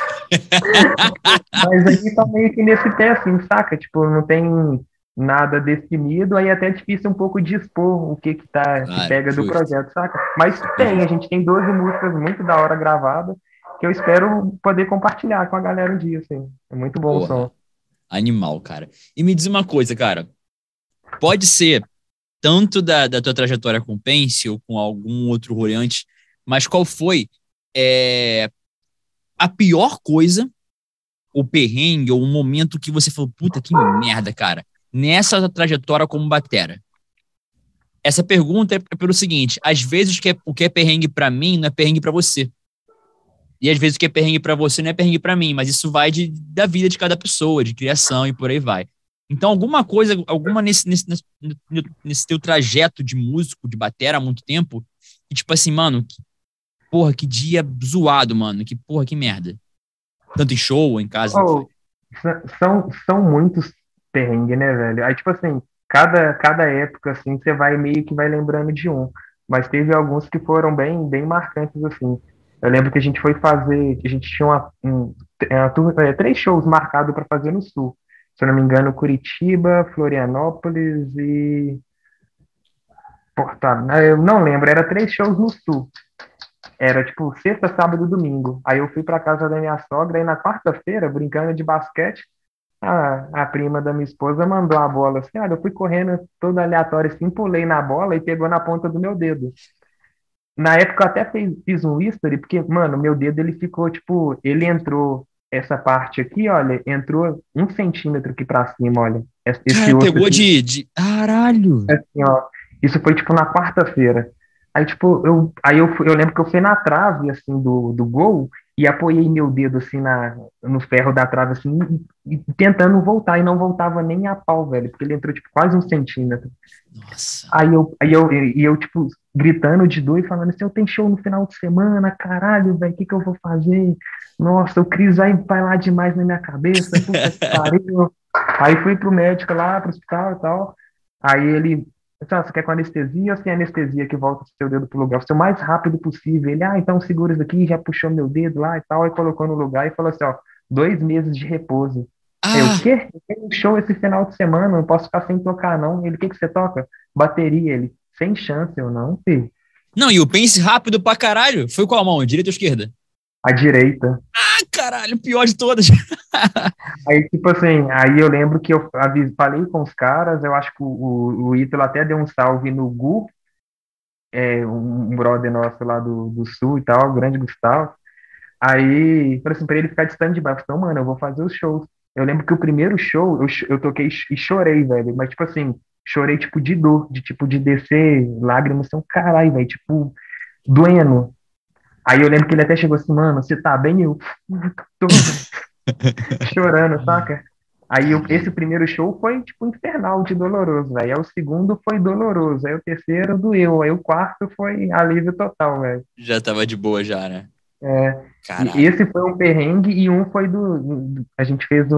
Mas aí tá meio que nesse pé assim, saca? Tipo, não tem nada definido, aí é até difícil um pouco de expor o que Claro, pega do justo. projeto, saca? Mas a Justo. gente tem 12 músicas muito da hora gravadas, que eu espero poder compartilhar com a galera um dia, assim. É muito bom o Porra, som. animal, cara. E me diz uma coisa, cara. Pode ser tanto da tua trajetória com o Pence ou com algum outro rolê antes, mas qual foi é, a pior coisa, o perrengue, ou o momento que você falou, puta, que merda, cara, nessa trajetória como batera? Essa pergunta é pelo seguinte, às vezes o que é perrengue pra mim não é perrengue pra você. E às vezes o que é perrengue pra você não é perrengue pra mim, mas isso vai da vida de cada pessoa, de criação e por aí vai. Então, alguma coisa, alguma nesse teu trajeto de músico, de batera há muito tempo, que tipo assim, mano, porra, que dia zoado, mano, que porra, que merda. Tanto em show ou em casa, tanto faz. Oh, são muitos perrengues, né, velho? Aí, tipo assim, cada época, assim, você vai meio que vai lembrando de um. Mas teve alguns que foram bem marcantes, assim. Eu lembro que a gente foi fazer, que a gente tinha três shows marcados para fazer no Sul. Se eu não me engano, Curitiba, Florianópolis e Porto Alegre. Eu não lembro, era três shows no Sul. Era tipo sexta, sábado e domingo. Aí eu fui para casa da minha sogra e na quarta-feira, brincando de basquete, a prima da minha esposa mandou a bola assim, olha, eu fui correndo todo aleatório assim, pulei na bola e pegou na ponta do meu dedo. Na época eu até fiz um history, porque, mano, meu dedo ele ficou, tipo, ele entrou, essa parte aqui, olha, entrou 1 centímetro aqui pra cima, olha. Esse Cara, osso pegou aqui, Caralho! assim, ó. Isso foi, tipo, na quarta-feira. Aí, tipo, eu lembro que eu fui na trave, assim, do gol e apoiei meu dedo, assim, no ferro da trave, assim, e tentando voltar, e não voltava nem a pau, velho, porque ele entrou, tipo, quase 1 centímetro. Nossa. Aí eu, tipo, gritando de dor e falando assim, eu tenho show no final de semana, caralho, velho, o que que eu vou fazer? Nossa, o Cris vai lá demais na minha cabeça, puta que pariu. Aí fui pro médico lá, pro hospital e tal. Aí ele, você quer com anestesia ou sem anestesia que volta o seu dedo pro lugar? O seu mais rápido possível. Ele, então segura isso aqui, já puxou meu dedo lá e tal, aí colocou no lugar e falou assim, ó, 2 meses de repouso. Aí eu, o Ah! quê? Eu tenho um show esse final de semana, não posso ficar sem tocar, não. Ele, o que que você toca? Bateria, ele, sem chance, eu não, filho. Não, e o Pence rápido pra caralho. Foi qual mão? Direita ou esquerda? A direita. Ah, caralho, pior de todas. Aí, tipo assim, aí eu lembro que eu falei com os caras, eu acho que o Ítalo até deu um salve no Gu, um brother nosso lá do Sul e tal, o grande Gustavo. Aí, falei assim, pra ele ficar de stand-by. Eu falei, então, mano, eu vou fazer os shows. Eu lembro que o primeiro show, eu toquei e chorei, velho. Mas, tipo assim, chorei, tipo, de dor, de descer lágrimas, assim, caralho, velho, tipo, doendo. Aí eu lembro que ele até chegou assim, mano, você tá bem? Eu tô, velho, chorando, saca? Aí esse Caralho. primeiro show foi, tipo, infernal de doloroso, velho. Aí o segundo foi doloroso. Aí o terceiro doeu. Aí o quarto foi alívio total, velho. Já tava de boa já, né? É, e Caralho. esse foi um perrengue e um foi a gente fez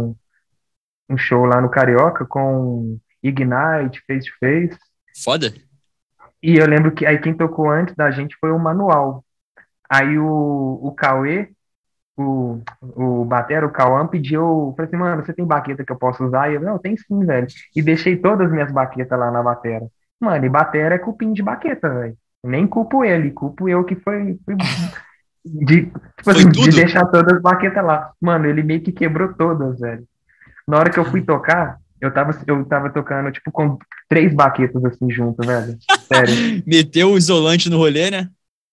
um show lá no Carioca com Ignite, Face to Face. Foda? E eu lembro que aí quem tocou antes da gente foi o Manual. Aí o Cauê, o batera, o Cauã, pediu, eu falei assim, mano, você tem baqueta que eu posso usar? E eu, não, tem sim, velho. E deixei todas as minhas baquetas lá na batera. Mano, e batera é cupim de baqueta, velho. Nem culpo ele, culpo eu que foi tipo Foi assim, de tudo? deixar todas as baquetas lá. Mano, ele meio que quebrou todas, velho. Na hora que eu fui tocar, eu tava tocando, tipo, com três baquetas assim junto, velho. Sério. Meteu o isolante no rolê, né?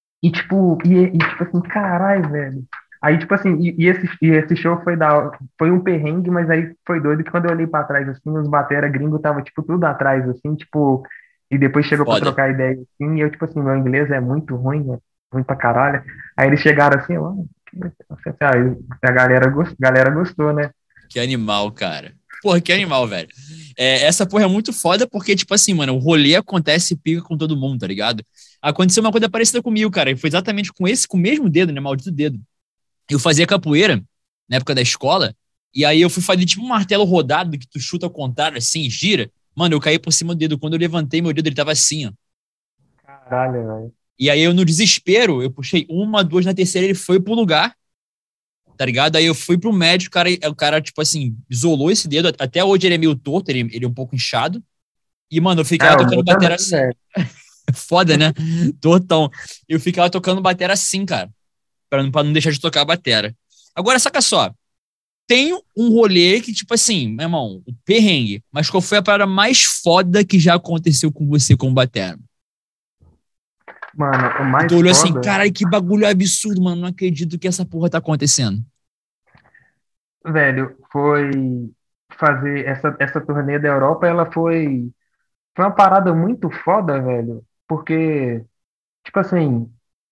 Tipo assim, caralho, velho. Aí, tipo assim, esse show foi um perrengue, mas aí foi doido que quando eu olhei pra trás, assim, os batera gringo tava, tipo, tudo atrás, assim, tipo, e depois chegou pra Foda. trocar ideia, assim, e eu, tipo assim, meu inglês é muito ruim, é ruim pra caralho. Aí eles chegaram assim, ó, a galera gostou, né? Que animal, cara. Porra, que animal, velho. Essa porra é muito foda porque, tipo assim, mano, o rolê acontece e pica com todo mundo, tá ligado? Aconteceu uma coisa parecida comigo, cara. E foi exatamente com o mesmo dedo, né? Maldito dedo. Eu fazia capoeira na época da escola, e aí eu fui fazer tipo um martelo rodado que tu chuta ao contrário, assim, gira. Mano, eu caí por cima do dedo. Quando eu levantei meu dedo, ele tava assim, ó. Caralho, velho. E aí eu, no desespero, eu puxei uma, duas, na terceira ele foi pro lugar, tá ligado? Aí eu fui pro médico, o cara, tipo assim, isolou esse dedo. Até hoje ele é meio torto, ele é um pouco inchado. E, mano, eu ficava Ah, o tocando meu também, batera assim. velho. Foda, né? Tortão. Eu ficava tocando batera assim, cara. Pra não deixar de tocar a batera. Agora, saca só. Tem um rolê que, tipo assim, meu irmão, o perrengue. Mas qual foi a parada mais foda que já aconteceu com você como batera? Mano, o E tu mais olhou assim, foda, caralho, que bagulho absurdo, mano. Não acredito que essa porra tá acontecendo. velho, foi fazer essa turnê da Europa, ela foi uma parada muito foda, velho, porque, tipo assim,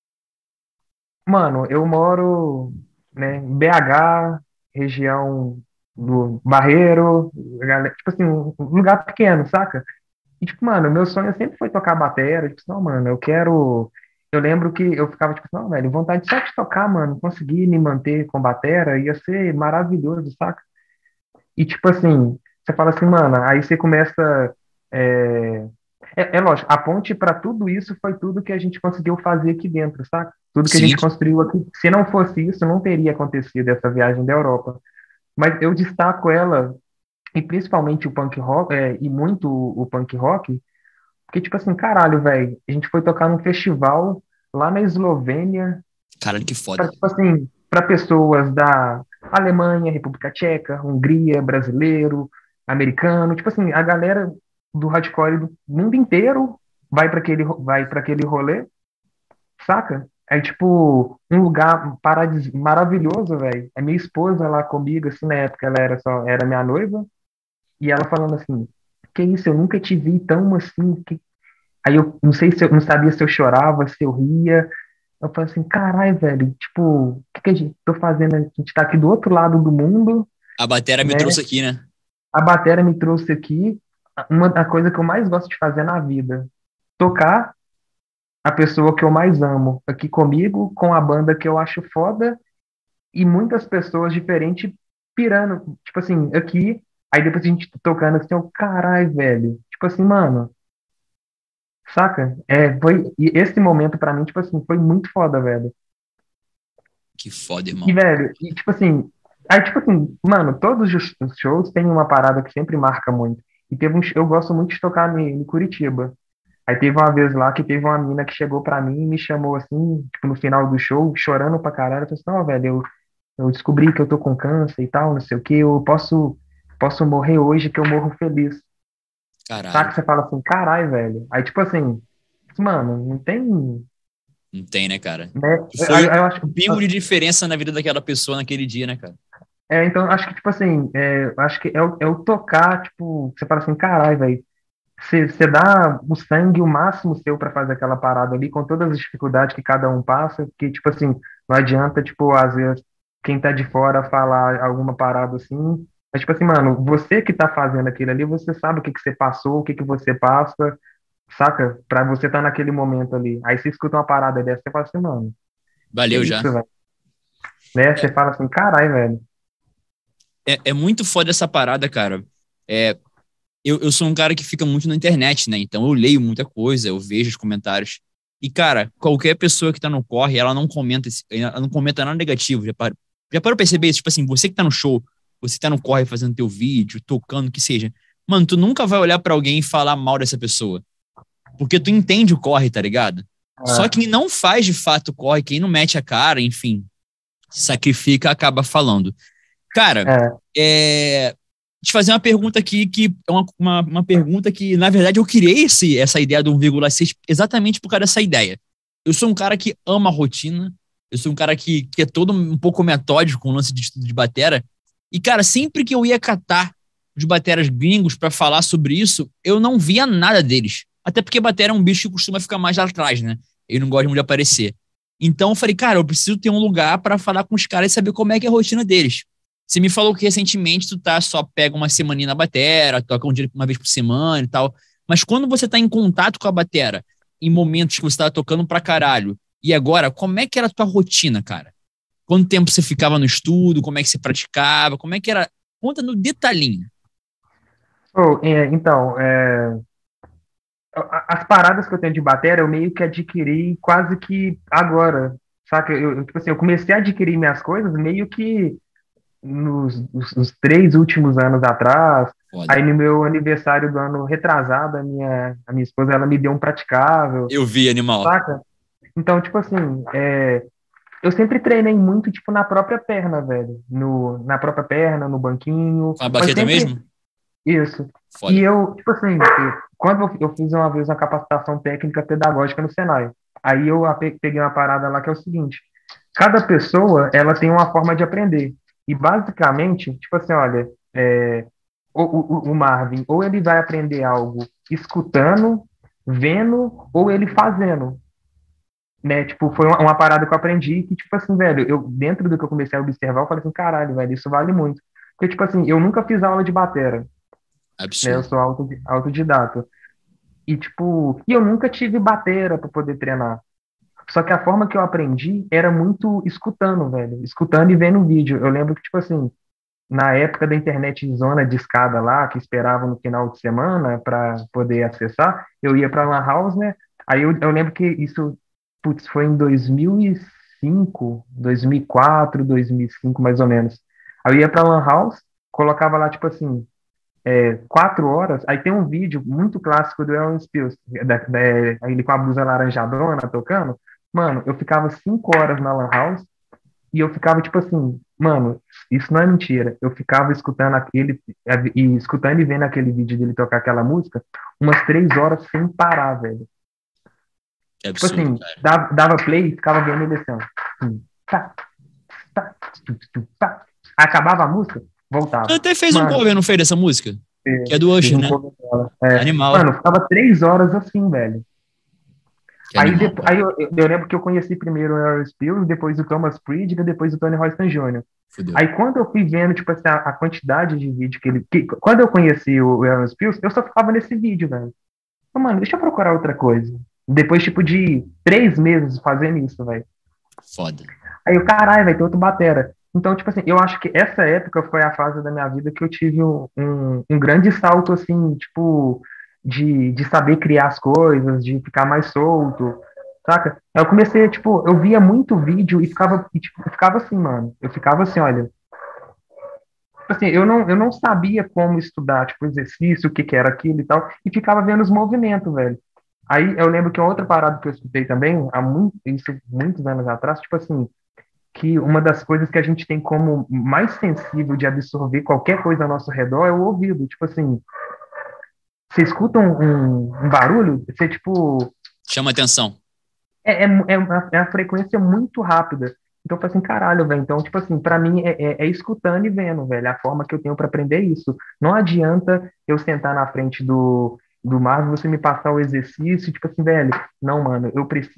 mano, eu moro, né, em BH, região do Barreiro, tipo assim, um lugar pequeno, saca? E, tipo, mano, meu sonho sempre foi tocar bateria, tipo, não, mano, eu quero. Eu lembro que eu ficava, tipo, não, velho, vontade só de tocar, mano, conseguir me manter com bateria ia ser maravilhoso, saca? E, tipo assim, você fala assim, mano, aí você começa. É, é lógico, a ponte para tudo isso foi tudo que a gente conseguiu fazer aqui dentro, saca? Tudo que a Sim, gente construiu aqui. Se não fosse isso, não teria acontecido essa viagem da Europa. Mas eu destaco ela, e principalmente o punk rock, e muito o punk rock, porque, tipo assim, caralho, velho, a gente foi tocar num festival lá na Eslovênia, caralho, que foda. pra, tipo assim, para pessoas da Alemanha, República Tcheca, Hungria, brasileiro, americano, tipo assim, a galera do hardcore do mundo inteiro vai para aquele rolê, saca? É tipo um lugar maravilhoso, velho. A minha esposa lá comigo, assim, na época ela era minha noiva, e ela falando assim: "Que isso, eu nunca te vi tão assim, Aí eu não sei se eu não sabia se eu chorava, se eu ria. Eu falei assim, caralho, velho, tipo, o que que a gente tô fazendo? A gente tá aqui do outro lado do mundo, A batera me né? trouxe aqui, né? A bateria me trouxe aqui. Uma da coisa que eu mais gosto de fazer na vida, tocar a pessoa que eu mais amo aqui comigo, com a banda que eu acho foda e muitas pessoas diferentes pirando, tipo assim, aqui. Aí depois a gente tocando assim, eu, caralho, velho. Tipo assim, mano, saca? E esse momento pra mim, tipo assim, foi muito foda, velho. Que foda, E, irmão. velho, e tipo assim, aí, tipo assim, mano, todos os shows têm uma parada que sempre marca muito. E eu gosto muito de tocar em Curitiba. Aí teve uma vez lá que teve uma mina que chegou pra mim e me chamou assim, tipo, no final do show, chorando pra caralho. Eu falei assim, não, velho, eu descobri que eu tô com câncer e tal, não sei o que, eu posso morrer hoje que eu morro feliz. Caralho. Saca? Você fala assim, caralho, velho. Aí, tipo assim, Mano, não tem, Não tem, né, cara? né? Foi Eu acho um pingo de diferença na vida daquela pessoa naquele dia, né, cara? então, acho que, tipo assim, acho que é o tocar, tipo, você fala assim, caralho, velho, você dá o sangue, o máximo seu pra fazer aquela parada ali, com todas as dificuldades que cada um passa, que, tipo assim, não adianta, tipo, às vezes, quem tá de fora falar alguma parada assim, mas, tipo assim, mano, você que tá fazendo aquilo ali, você sabe o que que você passou, o que que você passa, saca? Pra você estar naquele momento ali. Aí você escuta uma parada dessa, você fala assim, mano, que Valeu já. isso, velho? Né? Você fala assim, caralho, velho. É muito foda essa parada, cara. É, eu sou um cara que fica muito na internet, né? Então eu leio muita coisa, eu vejo os comentários. E, cara, qualquer pessoa que tá no corre, ela não comenta nada negativo. Já parou pra perceber isso? Tipo assim, você que tá no show, você que tá no corre fazendo teu vídeo, tocando, o que seja. Mano, tu nunca vai olhar pra alguém e falar mal dessa pessoa. Porque tu entende o corre, tá ligado? Só Ah, quem não faz de fato o corre, quem não mete a cara, enfim, sacrifica, acaba falando. Cara, é, é, te fazer uma pergunta aqui que é uma pergunta que, na verdade, eu criei essa ideia do 1,6 exatamente por causa dessa ideia. Eu sou um cara que ama a rotina, eu sou um cara que é todo um pouco metódico com o lance de estudo de batera. E, cara, sempre que eu ia catar os bateras gringos para falar sobre isso, eu não via nada deles. Até porque batera é um bicho que costuma ficar mais lá atrás, né? Ele não gosta muito de aparecer. Então eu falei, cara, eu preciso ter um lugar para falar com os caras e saber como é que é a rotina deles. Você me falou que recentemente tu tá só pega uma semaninha na batera, toca um dia uma vez por semana e tal. Mas quando você tá em contato com a batera, em momentos que você tava tocando pra caralho, e agora, como é que era a tua rotina, cara? Quanto tempo você ficava no estudo? Como é que você praticava? Como é que era? Conta no detalhinho. então, as paradas que eu tenho de bateria, eu meio que adquiri quase que agora, saca? Tipo assim, eu comecei a adquirir minhas coisas meio que nos 3 últimos anos atrás. Foda. Aí no meu aniversário do ano retrasado, a minha esposa, ela me deu um praticável, Eu vi, animal. saca? Então, tipo assim, eu sempre treinei muito, tipo, na própria perna, velho. Na própria perna, no banquinho, Com a mas baqueta sempre mesmo? isso. E Foda. eu, tipo assim, quando eu fiz uma vez uma capacitação técnica pedagógica no Senai, aí eu peguei uma parada lá que é o seguinte: cada pessoa, ela tem uma forma de aprender. E basicamente, tipo assim, olha, o Marvin, ou ele vai aprender algo escutando, vendo, ou ele fazendo, né? Tipo, foi uma parada que eu aprendi que, tipo assim, velho, dentro do que eu comecei a observar, eu falei assim, caralho, velho, isso vale muito. Porque, tipo assim, eu nunca fiz aula de batera, né? Eu Absurdo. sou autodidata. E, tipo, eu nunca tive bateria para poder treinar. Só que a forma que eu aprendi era muito escutando, velho. Escutando e vendo vídeo. Eu lembro que, tipo assim, na época da internet em zona de escada lá, que esperava no final de semana para poder acessar, eu ia para Lan House, né? Aí eu lembro que isso, putz, foi em 2005, 2004, 2005, mais ou menos. Aí eu ia para Lan House, colocava lá, tipo assim, 4 horas. Aí tem um vídeo muito clássico do Elvis Pills, ele com a blusa laranjadona tocando. Mano, eu ficava 5 horas na Lan House e eu ficava tipo assim, mano, isso não é mentira. Eu ficava escutando escutando e vendo aquele vídeo dele tocar aquela música umas 3 horas sem parar, velho. Que Tipo absurdo, assim, cara. dava play e ficava vendo ele assim, ó. Tá, tá, tá. Acabava a música, Tu voltava. até fez um Mano, cover, não fez dessa música? Que é do fiz Usher, um né? cover dela. Animal. Mano, ficava 3 horas assim, velho. Que animal, cara. Aí eu lembro que eu conheci primeiro o Harris Pills, depois o Thomas Friedman, depois o Tony Royston Jr. Fudeu. Aí quando eu fui vendo, tipo assim, a quantidade de vídeo quando eu conheci o Harris Pills, eu só ficava nesse vídeo, velho. Mano, deixa eu procurar outra coisa. Depois, tipo, de 3 meses fazendo isso, velho. Foda. Aí eu, caralho, vai ter outro batera. Então, tipo assim, eu acho que essa época foi a fase da minha vida que eu tive um grande salto, assim, tipo, de saber criar as coisas, de ficar mais solto, saca? Aí eu comecei, tipo, eu via muito vídeo e ficava assim, mano. Eu ficava assim, olha, tipo assim, eu não sabia como estudar, tipo, exercício, o que que era aquilo e tal, e ficava vendo os movimentos, velho. Aí eu lembro que outra parada que eu escutei também, muitos anos atrás, tipo assim, que uma das coisas que a gente tem como mais sensível de absorver qualquer coisa ao nosso redor é o ouvido. Tipo assim, você escuta um barulho, você tipo, Chama atenção. É uma frequência muito rápida. Então, eu falei assim, caralho, velho. Então, tipo assim, pra mim é escutando e vendo, velho. A forma que eu tenho pra aprender isso. Não adianta eu sentar na frente do Marvel, você me passar o exercício, tipo assim, velho. Não, mano,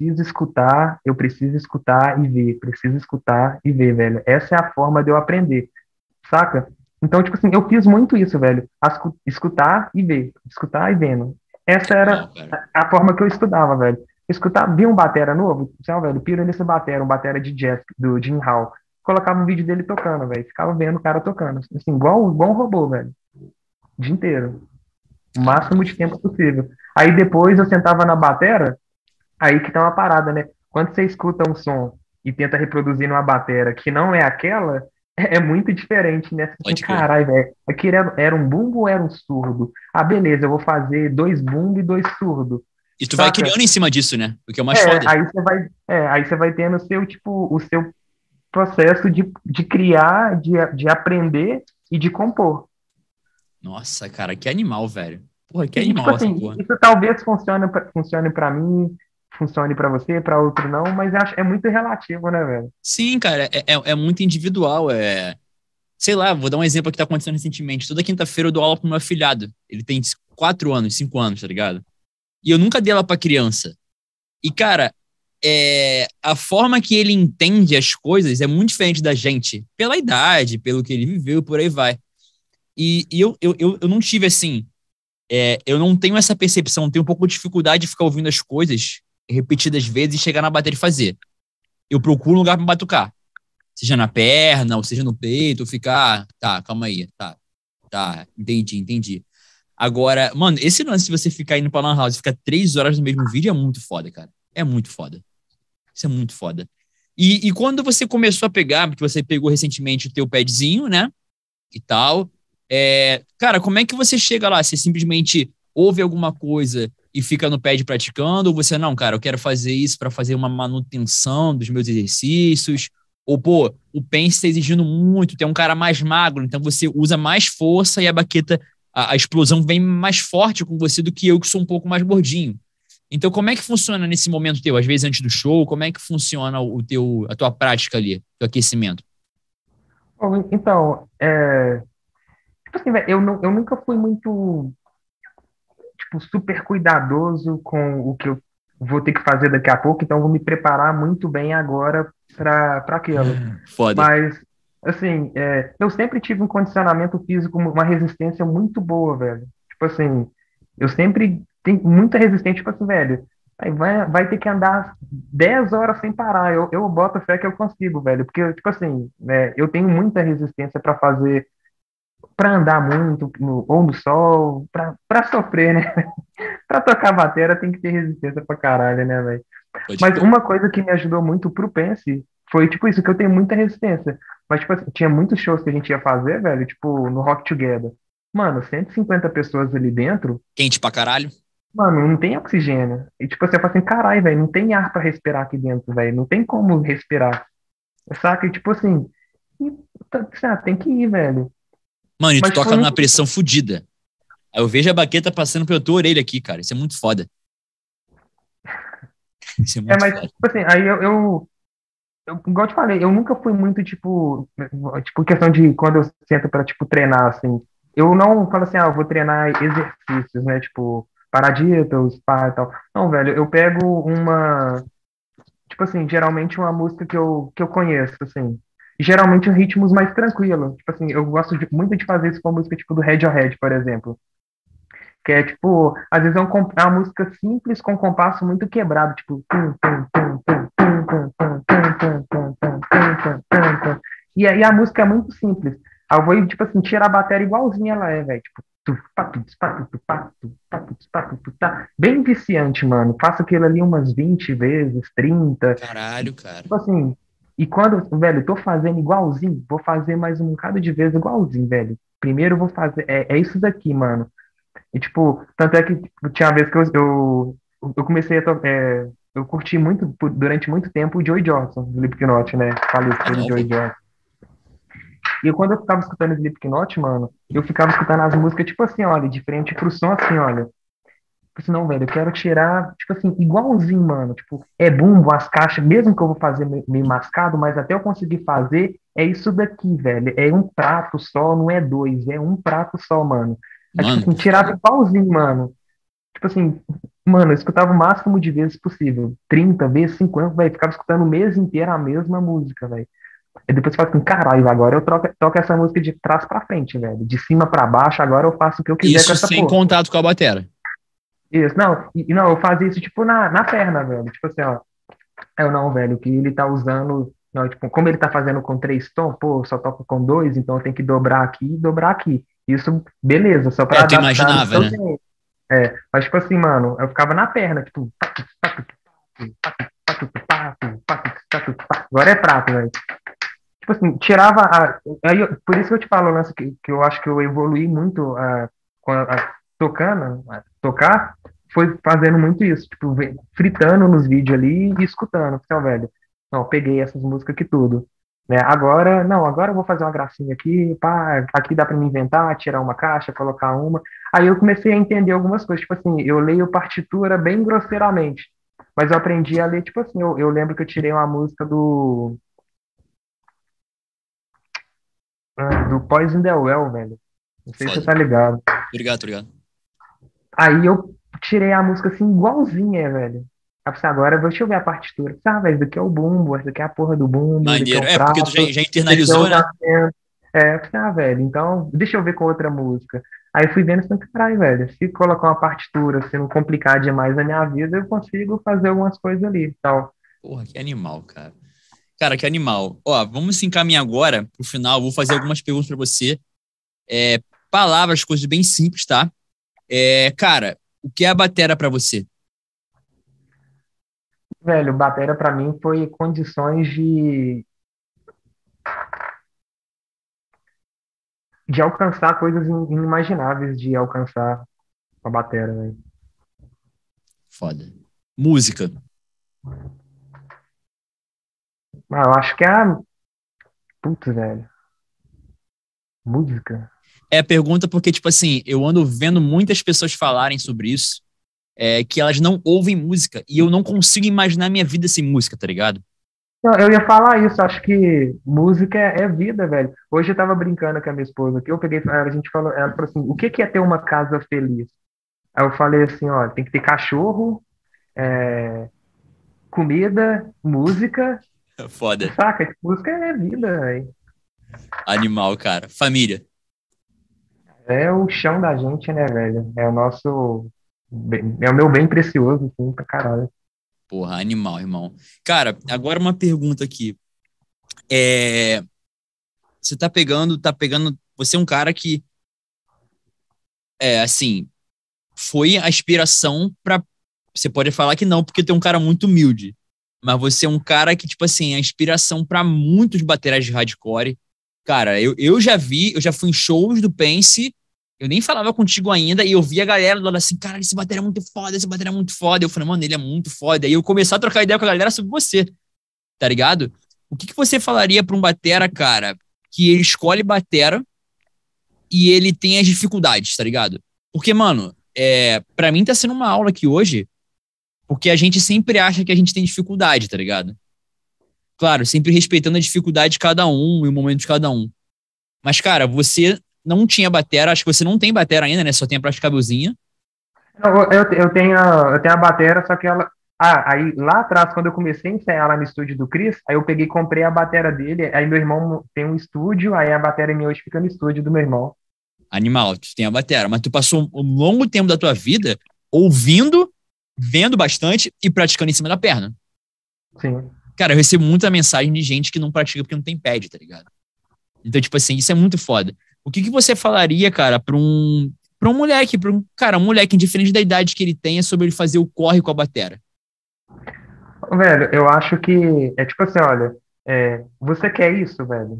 eu preciso escutar e ver. Preciso escutar e ver, velho. Essa é a forma de eu aprender, saca? Então, tipo assim, eu fiz muito isso, velho. Escutar e ver. Escutar e vendo. Essa era Animal, cara. a forma que eu estudava, velho. Escutar, vi um batera novo, assim, velho, piro nesse batera, um batera de jazz do Jim Hall. Colocava um vídeo dele tocando, velho. Ficava vendo o cara tocando. Assim, igual um robô, velho. O dia inteiro. O Cara, máximo muito de tempo foda. possível. Aí depois eu sentava na batera, aí que tá uma parada, né? Quando você escuta um som e tenta reproduzir numa batera que não é aquela, é muito diferente, né? Você fala assim, Pode crer. caralho, velho, aquele era um bumbo ou era um surdo? Ah, beleza, eu vou fazer dois bumbo e dois surdo, E tu vai saca? criando em cima disso, né? O que é o mais foda. Aí você vai tendo o seu processo de criar, de aprender e de compor. Nossa, cara, que animal, velho. Porra, que E, tipo animal essa assim, porra. isso talvez funcione para mim, funcione para você, para outro não, mas é muito relativo, né, velho? Sim, cara, é muito individual. Sei lá, vou dar um exemplo que tá acontecendo recentemente. Toda quinta-feira eu dou aula pro meu afilhado. Ele tem 4 anos, 5 anos, tá ligado? E eu nunca dei aula pra criança. E, cara, a forma que ele entende as coisas é muito diferente da gente, pela idade, pelo que ele viveu, por aí vai. E eu não tive assim, eu não tenho essa percepção, tenho um pouco de dificuldade de ficar ouvindo as coisas repetidas vezes e chegar na bateria e fazer. Eu procuro um lugar pra batucar, seja na perna, ou seja no peito, ou ficar, tá, calma aí, tá, entendi. Agora, mano, esse lance de você ficar indo pra Lan House e ficar 3 horas no mesmo vídeo é muito foda, cara. É muito foda. Isso é muito foda. E quando você começou a pegar, porque você pegou recentemente o teu padzinho, né? E tal. Cara, como é que você chega lá? Você simplesmente ouve alguma coisa e fica no pad praticando? Ou você, não, cara, eu quero fazer isso para fazer uma manutenção dos meus exercícios? Ou, pô, o pence está exigindo muito, tem um cara mais magro, então você usa mais força e a baqueta, a explosão vem mais forte com você do que eu, que sou um pouco mais gordinho. Então, como é que funciona nesse momento teu? Às vezes antes do show, como é que funciona a tua prática ali, teu aquecimento? Bom, então, tipo assim, velho, eu nunca fui muito, tipo, super cuidadoso com o que eu vou ter que fazer daqui a pouco, então eu vou me preparar muito bem agora para aquilo. Foda. Mas, assim, eu sempre tive um condicionamento físico, uma resistência muito boa, velho. Tipo assim, eu sempre tenho muita resistência, tipo assim, velho. Aí vai ter que andar 10 horas sem parar. Eu boto fé que eu consigo, velho. Porque, tipo assim, eu tenho muita resistência para fazer, para andar muito, ou no sol, para sofrer, né? Para tocar bateria tem que ter resistência pra caralho, né, velho? Pode Mas crer. uma coisa que me ajudou muito pro Pense foi, tipo, isso, que eu tenho muita resistência. Mas, tipo assim, tinha muitos shows que a gente ia fazer, velho, tipo, no Rock Together. Mano, 150 pessoas ali dentro, Quente pra caralho? mano, não tem oxigênio. E, tipo, você fala assim, caralho, velho, não tem ar pra respirar aqui dentro, velho. Não tem como respirar. Saca? E, tipo assim, e, tem que ir, velho. Mano, e tu Mas, tipo, toca numa pressão fodida. Aí eu vejo a baqueta passando pela tua orelha aqui, cara. Isso é muito foda. Isso é muito mas, foda. tipo assim, aí igual eu te falei, eu nunca fui muito, questão de quando eu sento pra, tipo, treinar, assim. Eu não falo assim, eu vou treinar exercícios, né? Tipo, paraditos, pá e tal. Não, velho, eu pego tipo assim, geralmente uma música que eu conheço, assim. E geralmente ritmos mais tranquilos. Tipo assim, eu gosto muito de fazer isso com a música, tipo, do Radiohead, por exemplo. Que é, tipo, às vezes é uma música simples com compasso muito quebrado, tipo. Tum, tum, tum, tum, tum, tum, tum, tum, tum, tum, tum, tum, tum, tum. E aí a música é muito simples. Aí eu vou, tipo assim, tirar a bateria igualzinha ela é, velho. Tipo, tu, pá, tu, pá, tu, pá, tu, pá, tu, pá, tu, tá. Bem viciante, mano. Faço aquilo ali umas 20 vezes, 30. Caralho, cara. Tipo assim, e quando, velho, eu tô fazendo igualzinho, vou fazer mais um bocado de vezes igualzinho, velho. Primeiro eu vou fazer. É isso daqui, mano. E, tipo, tanto é que tipo, tinha uma vez que eu comecei eu curti muito, durante muito tempo, o Joey Johnson, do Slipknot, né? Falecido Joey Legal, pô. Johnson. E quando eu ficava escutando Slipknot, mano, eu ficava escutando as músicas, tipo assim, olha, de frente pro som, assim, olha. assim, não, velho, eu quero tirar, tipo assim, igualzinho, mano. Tipo, é bumbo, as caixas, mesmo que eu vou fazer meio mascado, mas até eu conseguir fazer, é isso daqui, velho. É um prato só, não é dois, é um prato só, mano. É tipo Mano, assim, que tirava foda. igualzinho, mano. Tipo assim, mano, eu escutava o máximo de vezes possível. 30 vezes, 50, velho. Ficava escutando o mês inteiro a mesma música, velho. E depois você fala assim, caralho, agora eu toco essa música de trás pra frente, velho. De cima pra baixo, agora eu faço o que eu quiser com Isso essa sem porra. contato com a batera. Isso, não, não, eu fazia isso, tipo, na perna, velho. Tipo assim, ó, eu não, velho, que ele tá usando, não, tipo, como ele tá fazendo com três tons, pô, eu só toco com dois, então eu tenho que dobrar aqui e dobrar aqui. Isso, beleza, só É, pra tu adaptar no imaginava, seu né? tempo. É, mas, tipo assim, mano, eu ficava na perna, tipo, agora é prato, velho. Tipo assim, tirava por isso que eu te falo, Lance, que eu acho que eu evoluí muito tocando, tocar, foi fazendo muito isso, tipo, fritando nos vídeos ali e escutando. Então, velho, não, peguei essas músicas aqui tudo. Né? Agora, não, agora eu vou fazer uma gracinha aqui, pá, aqui dá pra me inventar, tirar uma caixa, colocar uma. Aí eu comecei a entender algumas coisas, tipo assim, eu leio partitura bem grosseiramente, mas eu aprendi a ler, tipo assim, eu lembro que eu tirei uma música do Poison the Well, velho. Não sei se você Foda. tá ligado. Obrigado, obrigado. Aí eu tirei a música assim, igualzinha, velho. Aí eu pensei, agora deixa eu ver a partitura. Ah, velho, isso daqui é o bumbo, essa daqui é a porra do bumbo, isso daqui é Maneiro. o É, porque tu já, prato, já isso daqui é internalizou, os né? acentos. Eu pensei, velho, então deixa eu ver com outra música. Aí fui vendo assim, caralho, velho, se colocar uma partitura, se não complicar demais a minha vida, eu consigo fazer algumas coisas ali e tal. Porra, que animal, cara. Cara, que animal. Ó, vamos se encaminhar agora pro final. Vou fazer algumas perguntas pra você. É, palavras, coisas bem simples, tá? Cara, o que é a batera pra você? Velho, batera pra mim foi condições de alcançar coisas inimagináveis de alcançar com a batera, velho. Foda. Música. Ah, eu acho que é a. Putz, velho. Música. É a pergunta porque, tipo assim, eu ando vendo muitas pessoas falarem sobre isso, que elas não ouvem música. E eu não consigo imaginar minha vida sem música, tá ligado? Não, eu ia falar isso, acho que música é vida, velho. Hoje eu tava brincando com a minha esposa aqui, eu peguei, a gente falou, ela falou assim, o que que é ter uma casa feliz? Aí eu falei assim, ó, tem que ter cachorro, é, comida, música, Foda. saca? Música é vida, velho. Animal, cara. Família. É o chão da gente, né, velho? É o nosso, é o meu bem precioso, assim, pra caralho. Porra, animal, irmão. Cara, agora uma pergunta aqui. É, você tá pegando. Você é um cara que, assim, foi a inspiração pra. Você pode falar que não, porque tem um cara muito humilde. Mas você é um cara que, tipo assim, é a inspiração pra muitos bateras de hardcore. Cara, eu já vi, eu já fui em shows do Pense. Eu nem falava contigo ainda, e eu vi a galera lá assim, cara, esse batera é muito foda, esse batera é muito foda. Eu falei, mano, ele é muito foda. Aí eu comecei a trocar ideia com a galera sobre você, tá ligado? O que que você falaria pra um batera, cara, que ele escolhe batera e ele tem as dificuldades, tá ligado? Porque, mano, pra mim tá sendo uma aula aqui hoje, porque a gente sempre acha que a gente tem dificuldade, tá ligado? Claro, sempre respeitando a dificuldade de cada um e o momento de cada um. Mas, cara, você não tinha batera, acho que você não tem batera ainda, né? Só tem a prática cabelzinha. Eu tenho a batera, só que ela. Ah, aí lá atrás, quando eu comecei a ensaiar lá no estúdio do Chris, aí eu peguei e comprei a batera dele. Aí meu irmão tem um estúdio, aí a batera minha hoje fica no estúdio do meu irmão. Animal, tu tem a batera, mas tu passou um longo tempo da tua vida ouvindo, vendo bastante e praticando em cima da perna. Sim. Cara, eu recebo muita mensagem de gente que não pratica porque não tem pad, tá ligado? Então, tipo assim, isso é muito foda. O que que você falaria, cara, pra um moleque, cara, um moleque, indiferente da idade que ele tenha, sobre ele fazer o corre com a batera? Velho, eu acho que é tipo assim, olha, você quer isso, velho?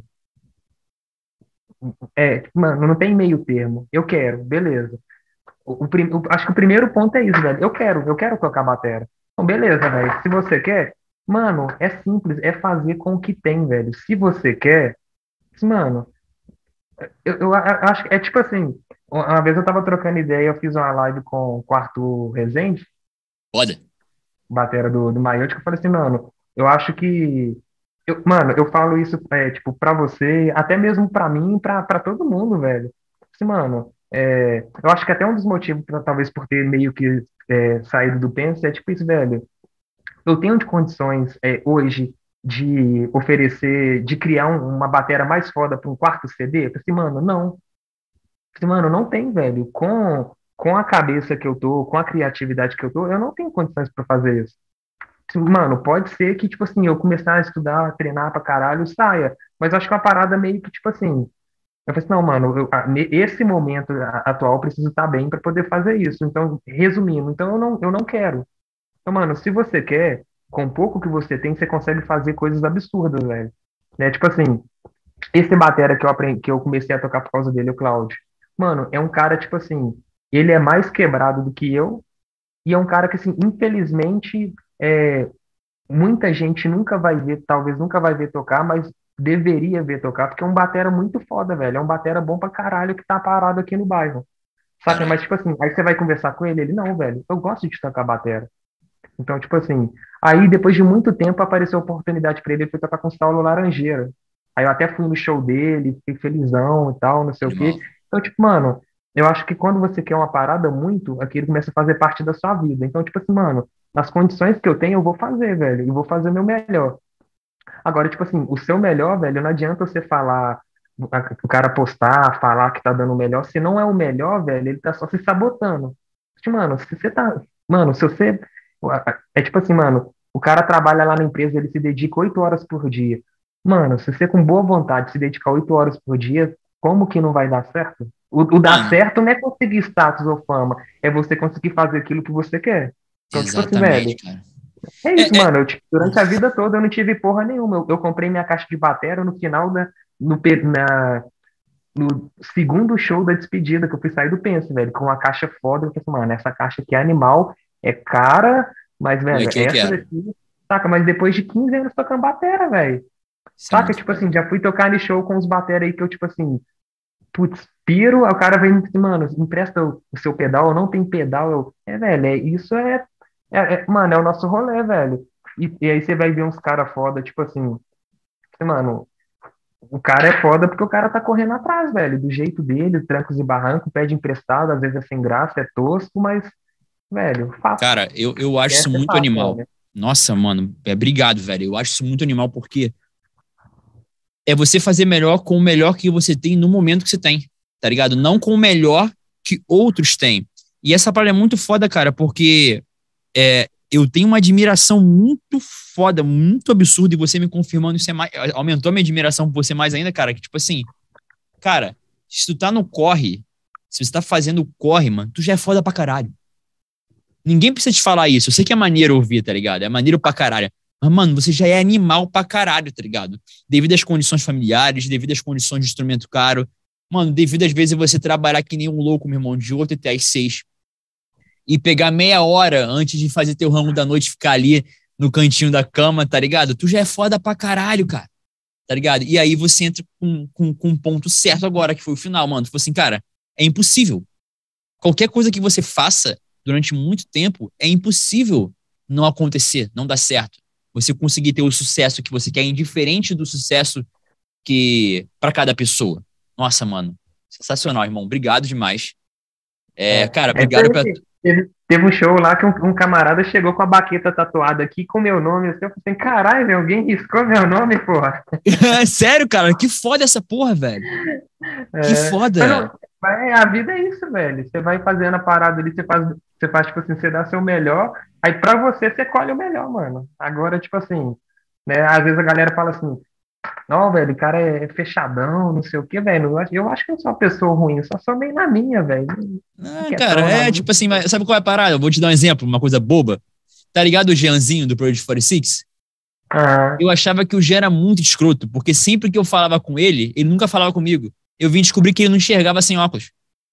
Mano, não tem meio termo. Eu quero, beleza. Acho que o primeiro ponto é isso, velho. Eu quero tocar batera. Então, beleza, velho. Se você quer, mano, é simples, é fazer com o que tem, velho. Se você quer, mano. Eu acho que é tipo assim, uma vez eu tava trocando ideia, eu fiz uma live com o Arthur Rezende, Foda. batera do Maiotic, que eu falei assim, mano, eu acho que. Mano, eu falo isso, tipo, pra você, até mesmo pra mim, pra todo mundo, velho. Assim, mano, eu acho que até um dos motivos, talvez por ter meio que saído do Pense, é tipo isso, velho. Eu tenho de condições, hoje, de oferecer, de criar uma batera mais foda pra um quarto CD? Eu falei assim, mano, não. Assim, mano, não tem, velho. Com a cabeça que eu tô, com a criatividade que eu tô, eu não tenho condições pra fazer isso. Mano, pode ser que, tipo assim, eu começar a estudar, treinar pra caralho, saia. Mas eu acho que é uma parada meio que, tipo assim, eu falei assim, não, mano, esse momento atual eu preciso estar bem pra poder fazer isso. Então, resumindo, então eu não quero. Então, mano, se você quer, com pouco que você tem, você consegue fazer coisas absurdas, velho. Né? Tipo assim, esse batera que eu aprendi, que eu comecei a tocar por causa dele, o Cláudio. Mano, é um cara, tipo assim, ele é mais quebrado do que eu, e é um cara que, assim, infelizmente, muita gente nunca vai ver, talvez nunca vai ver tocar, mas deveria ver tocar, porque é um batera muito foda, velho. É um batera bom pra caralho que tá parado aqui no bairro. Saca? Caralho. Mas, tipo assim, aí você vai conversar com ele, ele, não, velho, eu gosto de tocar batera. Então, tipo assim, aí depois de muito tempo apareceu a oportunidade pra ele, ele foi tocar com o Saulo Laranjeira. Aí eu até fui no show dele, fiquei felizão e tal, não sei o quê. Animal. Então, tipo, mano, eu acho que quando você quer uma parada muito, aquilo começa a fazer parte da sua vida. Então, tipo assim, mano, nas condições que eu tenho, eu vou fazer, velho, e vou fazer o meu melhor. Agora, tipo assim, o seu melhor, velho, não adianta você falar, o cara postar, falar que tá dando o melhor. Se não é o melhor, velho, ele tá só se sabotando. Tipo, mano, se você tá. Mano, se você. É tipo assim, mano, o cara trabalha lá na empresa, ele se dedica 8 horas por dia. Mano, se você com boa vontade se dedicar 8 horas por dia, como que não vai dar certo? O dar Mano, certo não é conseguir status ou fama, é você conseguir fazer aquilo que você quer. Então, tipo assim, exatamente, velho. cara. É isso, É, é, mano. Tipo, durante a vida toda eu não tive porra nenhuma. Eu comprei minha caixa de bateria no final no, pe- na, no segundo show da despedida que eu fui sair do Pense, velho, com uma caixa foda. Eu falei assim, mano, essa caixa aqui é animal, é cara, mas, não é velho, que eu essa quero. daqui, saca? Mas depois de 15 anos tocando bateria, velho. Isso é Saca? muito Tipo foda. assim, já fui tocar no show com os batera aí que eu, tipo assim, putz, piro, aí o cara vem e diz, mano, empresta o seu pedal, eu não tenho pedal. Velho, isso mano, é o nosso rolê, velho. E aí você vai ver uns caras foda, tipo assim, mano, o cara é foda porque o cara tá correndo atrás, velho, do jeito dele, trancos e barrancos, pede emprestado, às vezes é sem graça, é tosco, mas, velho, fato. Cara, eu acho isso Essa é muito fato, animal. velho. Nossa, mano, obrigado, velho. Eu acho isso muito animal porque é você fazer melhor com o melhor que você tem no momento que você tem, tá ligado? Não com o melhor que outros têm. E essa parada é muito foda, cara, porque eu tenho uma admiração muito foda, muito absurda, e você me confirmando isso aumentou a minha admiração por você mais ainda, cara, que tipo assim, cara, se tu tá no corre, se você tá fazendo o corre, mano, tu já é foda pra caralho. Ninguém precisa te falar isso. Eu sei que é maneiro ouvir, tá ligado? É maneiro pra caralho. Mas, mano, você já é animal pra caralho, tá ligado? Devido às condições familiares, devido às condições de instrumento caro. Mano, devido às vezes você trabalhar que nem um louco, meu irmão, de 8 até às 6 e pegar meia hora antes de fazer teu rango da noite ficar ali no cantinho da cama, tá ligado? Tu já é foda pra caralho, cara. Tá ligado? E aí você entra com um ponto certo agora, que foi o final, mano. Tu falou assim, cara, é impossível. Qualquer coisa que você faça durante muito tempo, é impossível não acontecer, não dar certo. Você conseguir ter o sucesso que você quer, indiferente do sucesso que para cada pessoa. Nossa, mano, sensacional, irmão. Obrigado demais. Cara, Isso obrigado pra. aí. Teve um show lá que um camarada chegou com a baqueta tatuada aqui com meu nome. Assim, eu falei assim, caralho, velho, alguém riscou meu nome, porra. Sério, cara, que foda essa porra, velho. Que Mas, não, foda. a vida é isso, velho. Você vai fazendo a parada ali, você faz, tipo assim, você dá seu melhor, aí pra você colhe o melhor, mano. Agora, tipo assim, né, às vezes a galera fala assim, não, velho, o cara é fechadão, não sei o quê, velho. Eu acho que eu sou uma pessoa ruim, eu só sou meio na minha, velho. Cara, Quietão na minha. tipo assim, sabe qual é a parada? Eu vou te dar um exemplo, uma coisa boba. Tá ligado o Jeanzinho do Project 46? Ah, Eu achava que o Jean era muito escroto, porque sempre que eu falava com ele, ele nunca falava comigo. Eu vim descobrir que ele não enxergava sem óculos,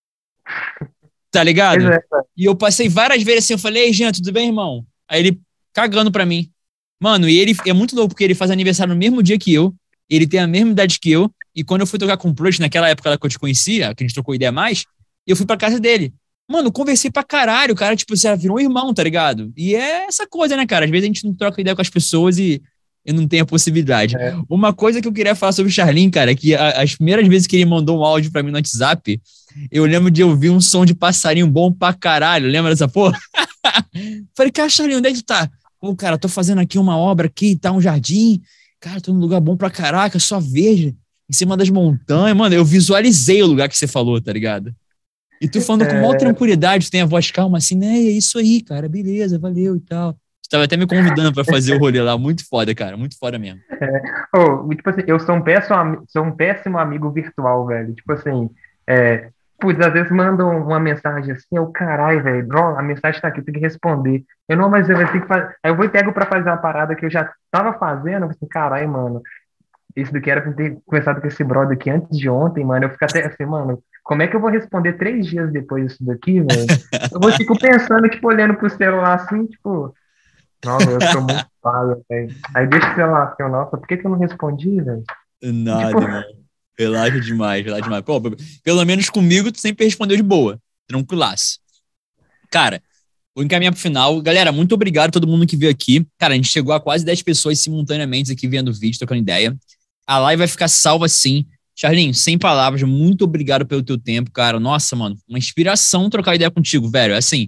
tá pois ligado? é, E eu passei várias vezes assim, eu falei, ei, Jean, tudo bem, irmão? Aí ele cagando pra mim. Mano, e ele é muito louco, porque ele faz aniversário no mesmo dia que eu, ele tem a mesma idade que eu, E quando eu fui tocar com o Plush, naquela época lá que eu te conhecia, que a gente trocou ideia mais, eu fui pra casa dele. Mano, conversei pra caralho, o cara, tipo, você virou um irmão, tá ligado? E é essa coisa, né, cara? Às vezes a gente não troca ideia com as pessoas e não tem a possibilidade. É. Uma coisa que eu queria falar sobre o Charlin, cara, é que as primeiras vezes que ele mandou um áudio pra mim no WhatsApp, eu lembro de ouvir um som de passarinho bom pra caralho. Lembra dessa porra? Falei, cara, Charlin, onde é que tu tá? Pô, cara, tô fazendo aqui uma obra aqui, tá um jardim. Cara, tô num lugar bom pra caraca, só verde, em cima das montanhas. Mano, eu visualizei o lugar que você falou, tá ligado? E tu falando com maior tranquilidade, tu tem a voz calma assim, né? É isso aí, cara, beleza, valeu e tal. Tu tava até me convidando pra fazer o rolê lá. Muito foda, cara, muito foda mesmo. Tipo assim, eu sou um péssimo amigo virtual, velho. Tipo assim, é, putz, às vezes mandam uma mensagem assim, eu, caralho, velho, ó, a mensagem tá aqui, tem que responder. Eu não, mas eu vou ter que fazer. Aí eu vou e pego pra fazer uma parada que eu já tava fazendo, eu falei assim, caralho, mano, isso daqui era pra ter conversado com esse brother aqui antes de ontem, mano. Eu fico até assim, mano, como é que eu vou responder 3 dias depois disso daqui, velho? Fico pensando, tipo, olhando pro celular assim, tipo. Nossa, eu sou muito paia, velho. Aí deixa o celular assim, nossa, por que que eu não respondi, velho? Tipo, Nada, irmão. Relaxa demais, relaxa demais. Pô, pelo menos comigo tu sempre respondeu de boa. Tranquilaço. Cara, vou encaminhar pro final. Galera, muito obrigado a todo mundo que veio aqui. Cara, a gente chegou a quase 10 pessoas simultaneamente aqui vendo o vídeo, trocando ideia. A live vai ficar salva sim. Charlinho, sem palavras, muito obrigado pelo teu tempo, cara. Nossa, mano, uma inspiração trocar ideia contigo, velho. Assim,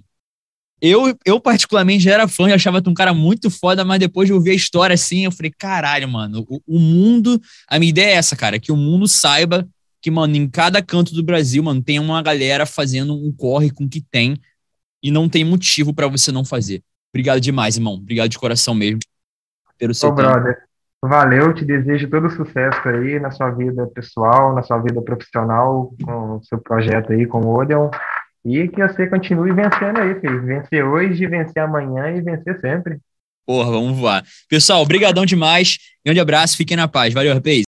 eu particularmente já era fã, já achava tu um cara muito foda, mas depois de ouvir a história assim, eu falei, caralho, mano, o mundo. A minha ideia é essa, cara, que o mundo saiba que, mano, em cada canto do Brasil, mano, tem uma galera fazendo um corre com o que tem e não tem motivo pra você não fazer. Obrigado demais, irmão. Obrigado de coração mesmo pelo ô seu tempo. brother, valeu, te desejo todo sucesso aí na sua vida pessoal, na sua vida profissional, com o seu projeto aí com o Odeon. E que você continue vencendo aí, filho. Vencer hoje, vencer amanhã e vencer sempre. Porra, vamos voar. Pessoal, brigadão demais. Grande abraço, fiquem na paz. Valeu, rapaz.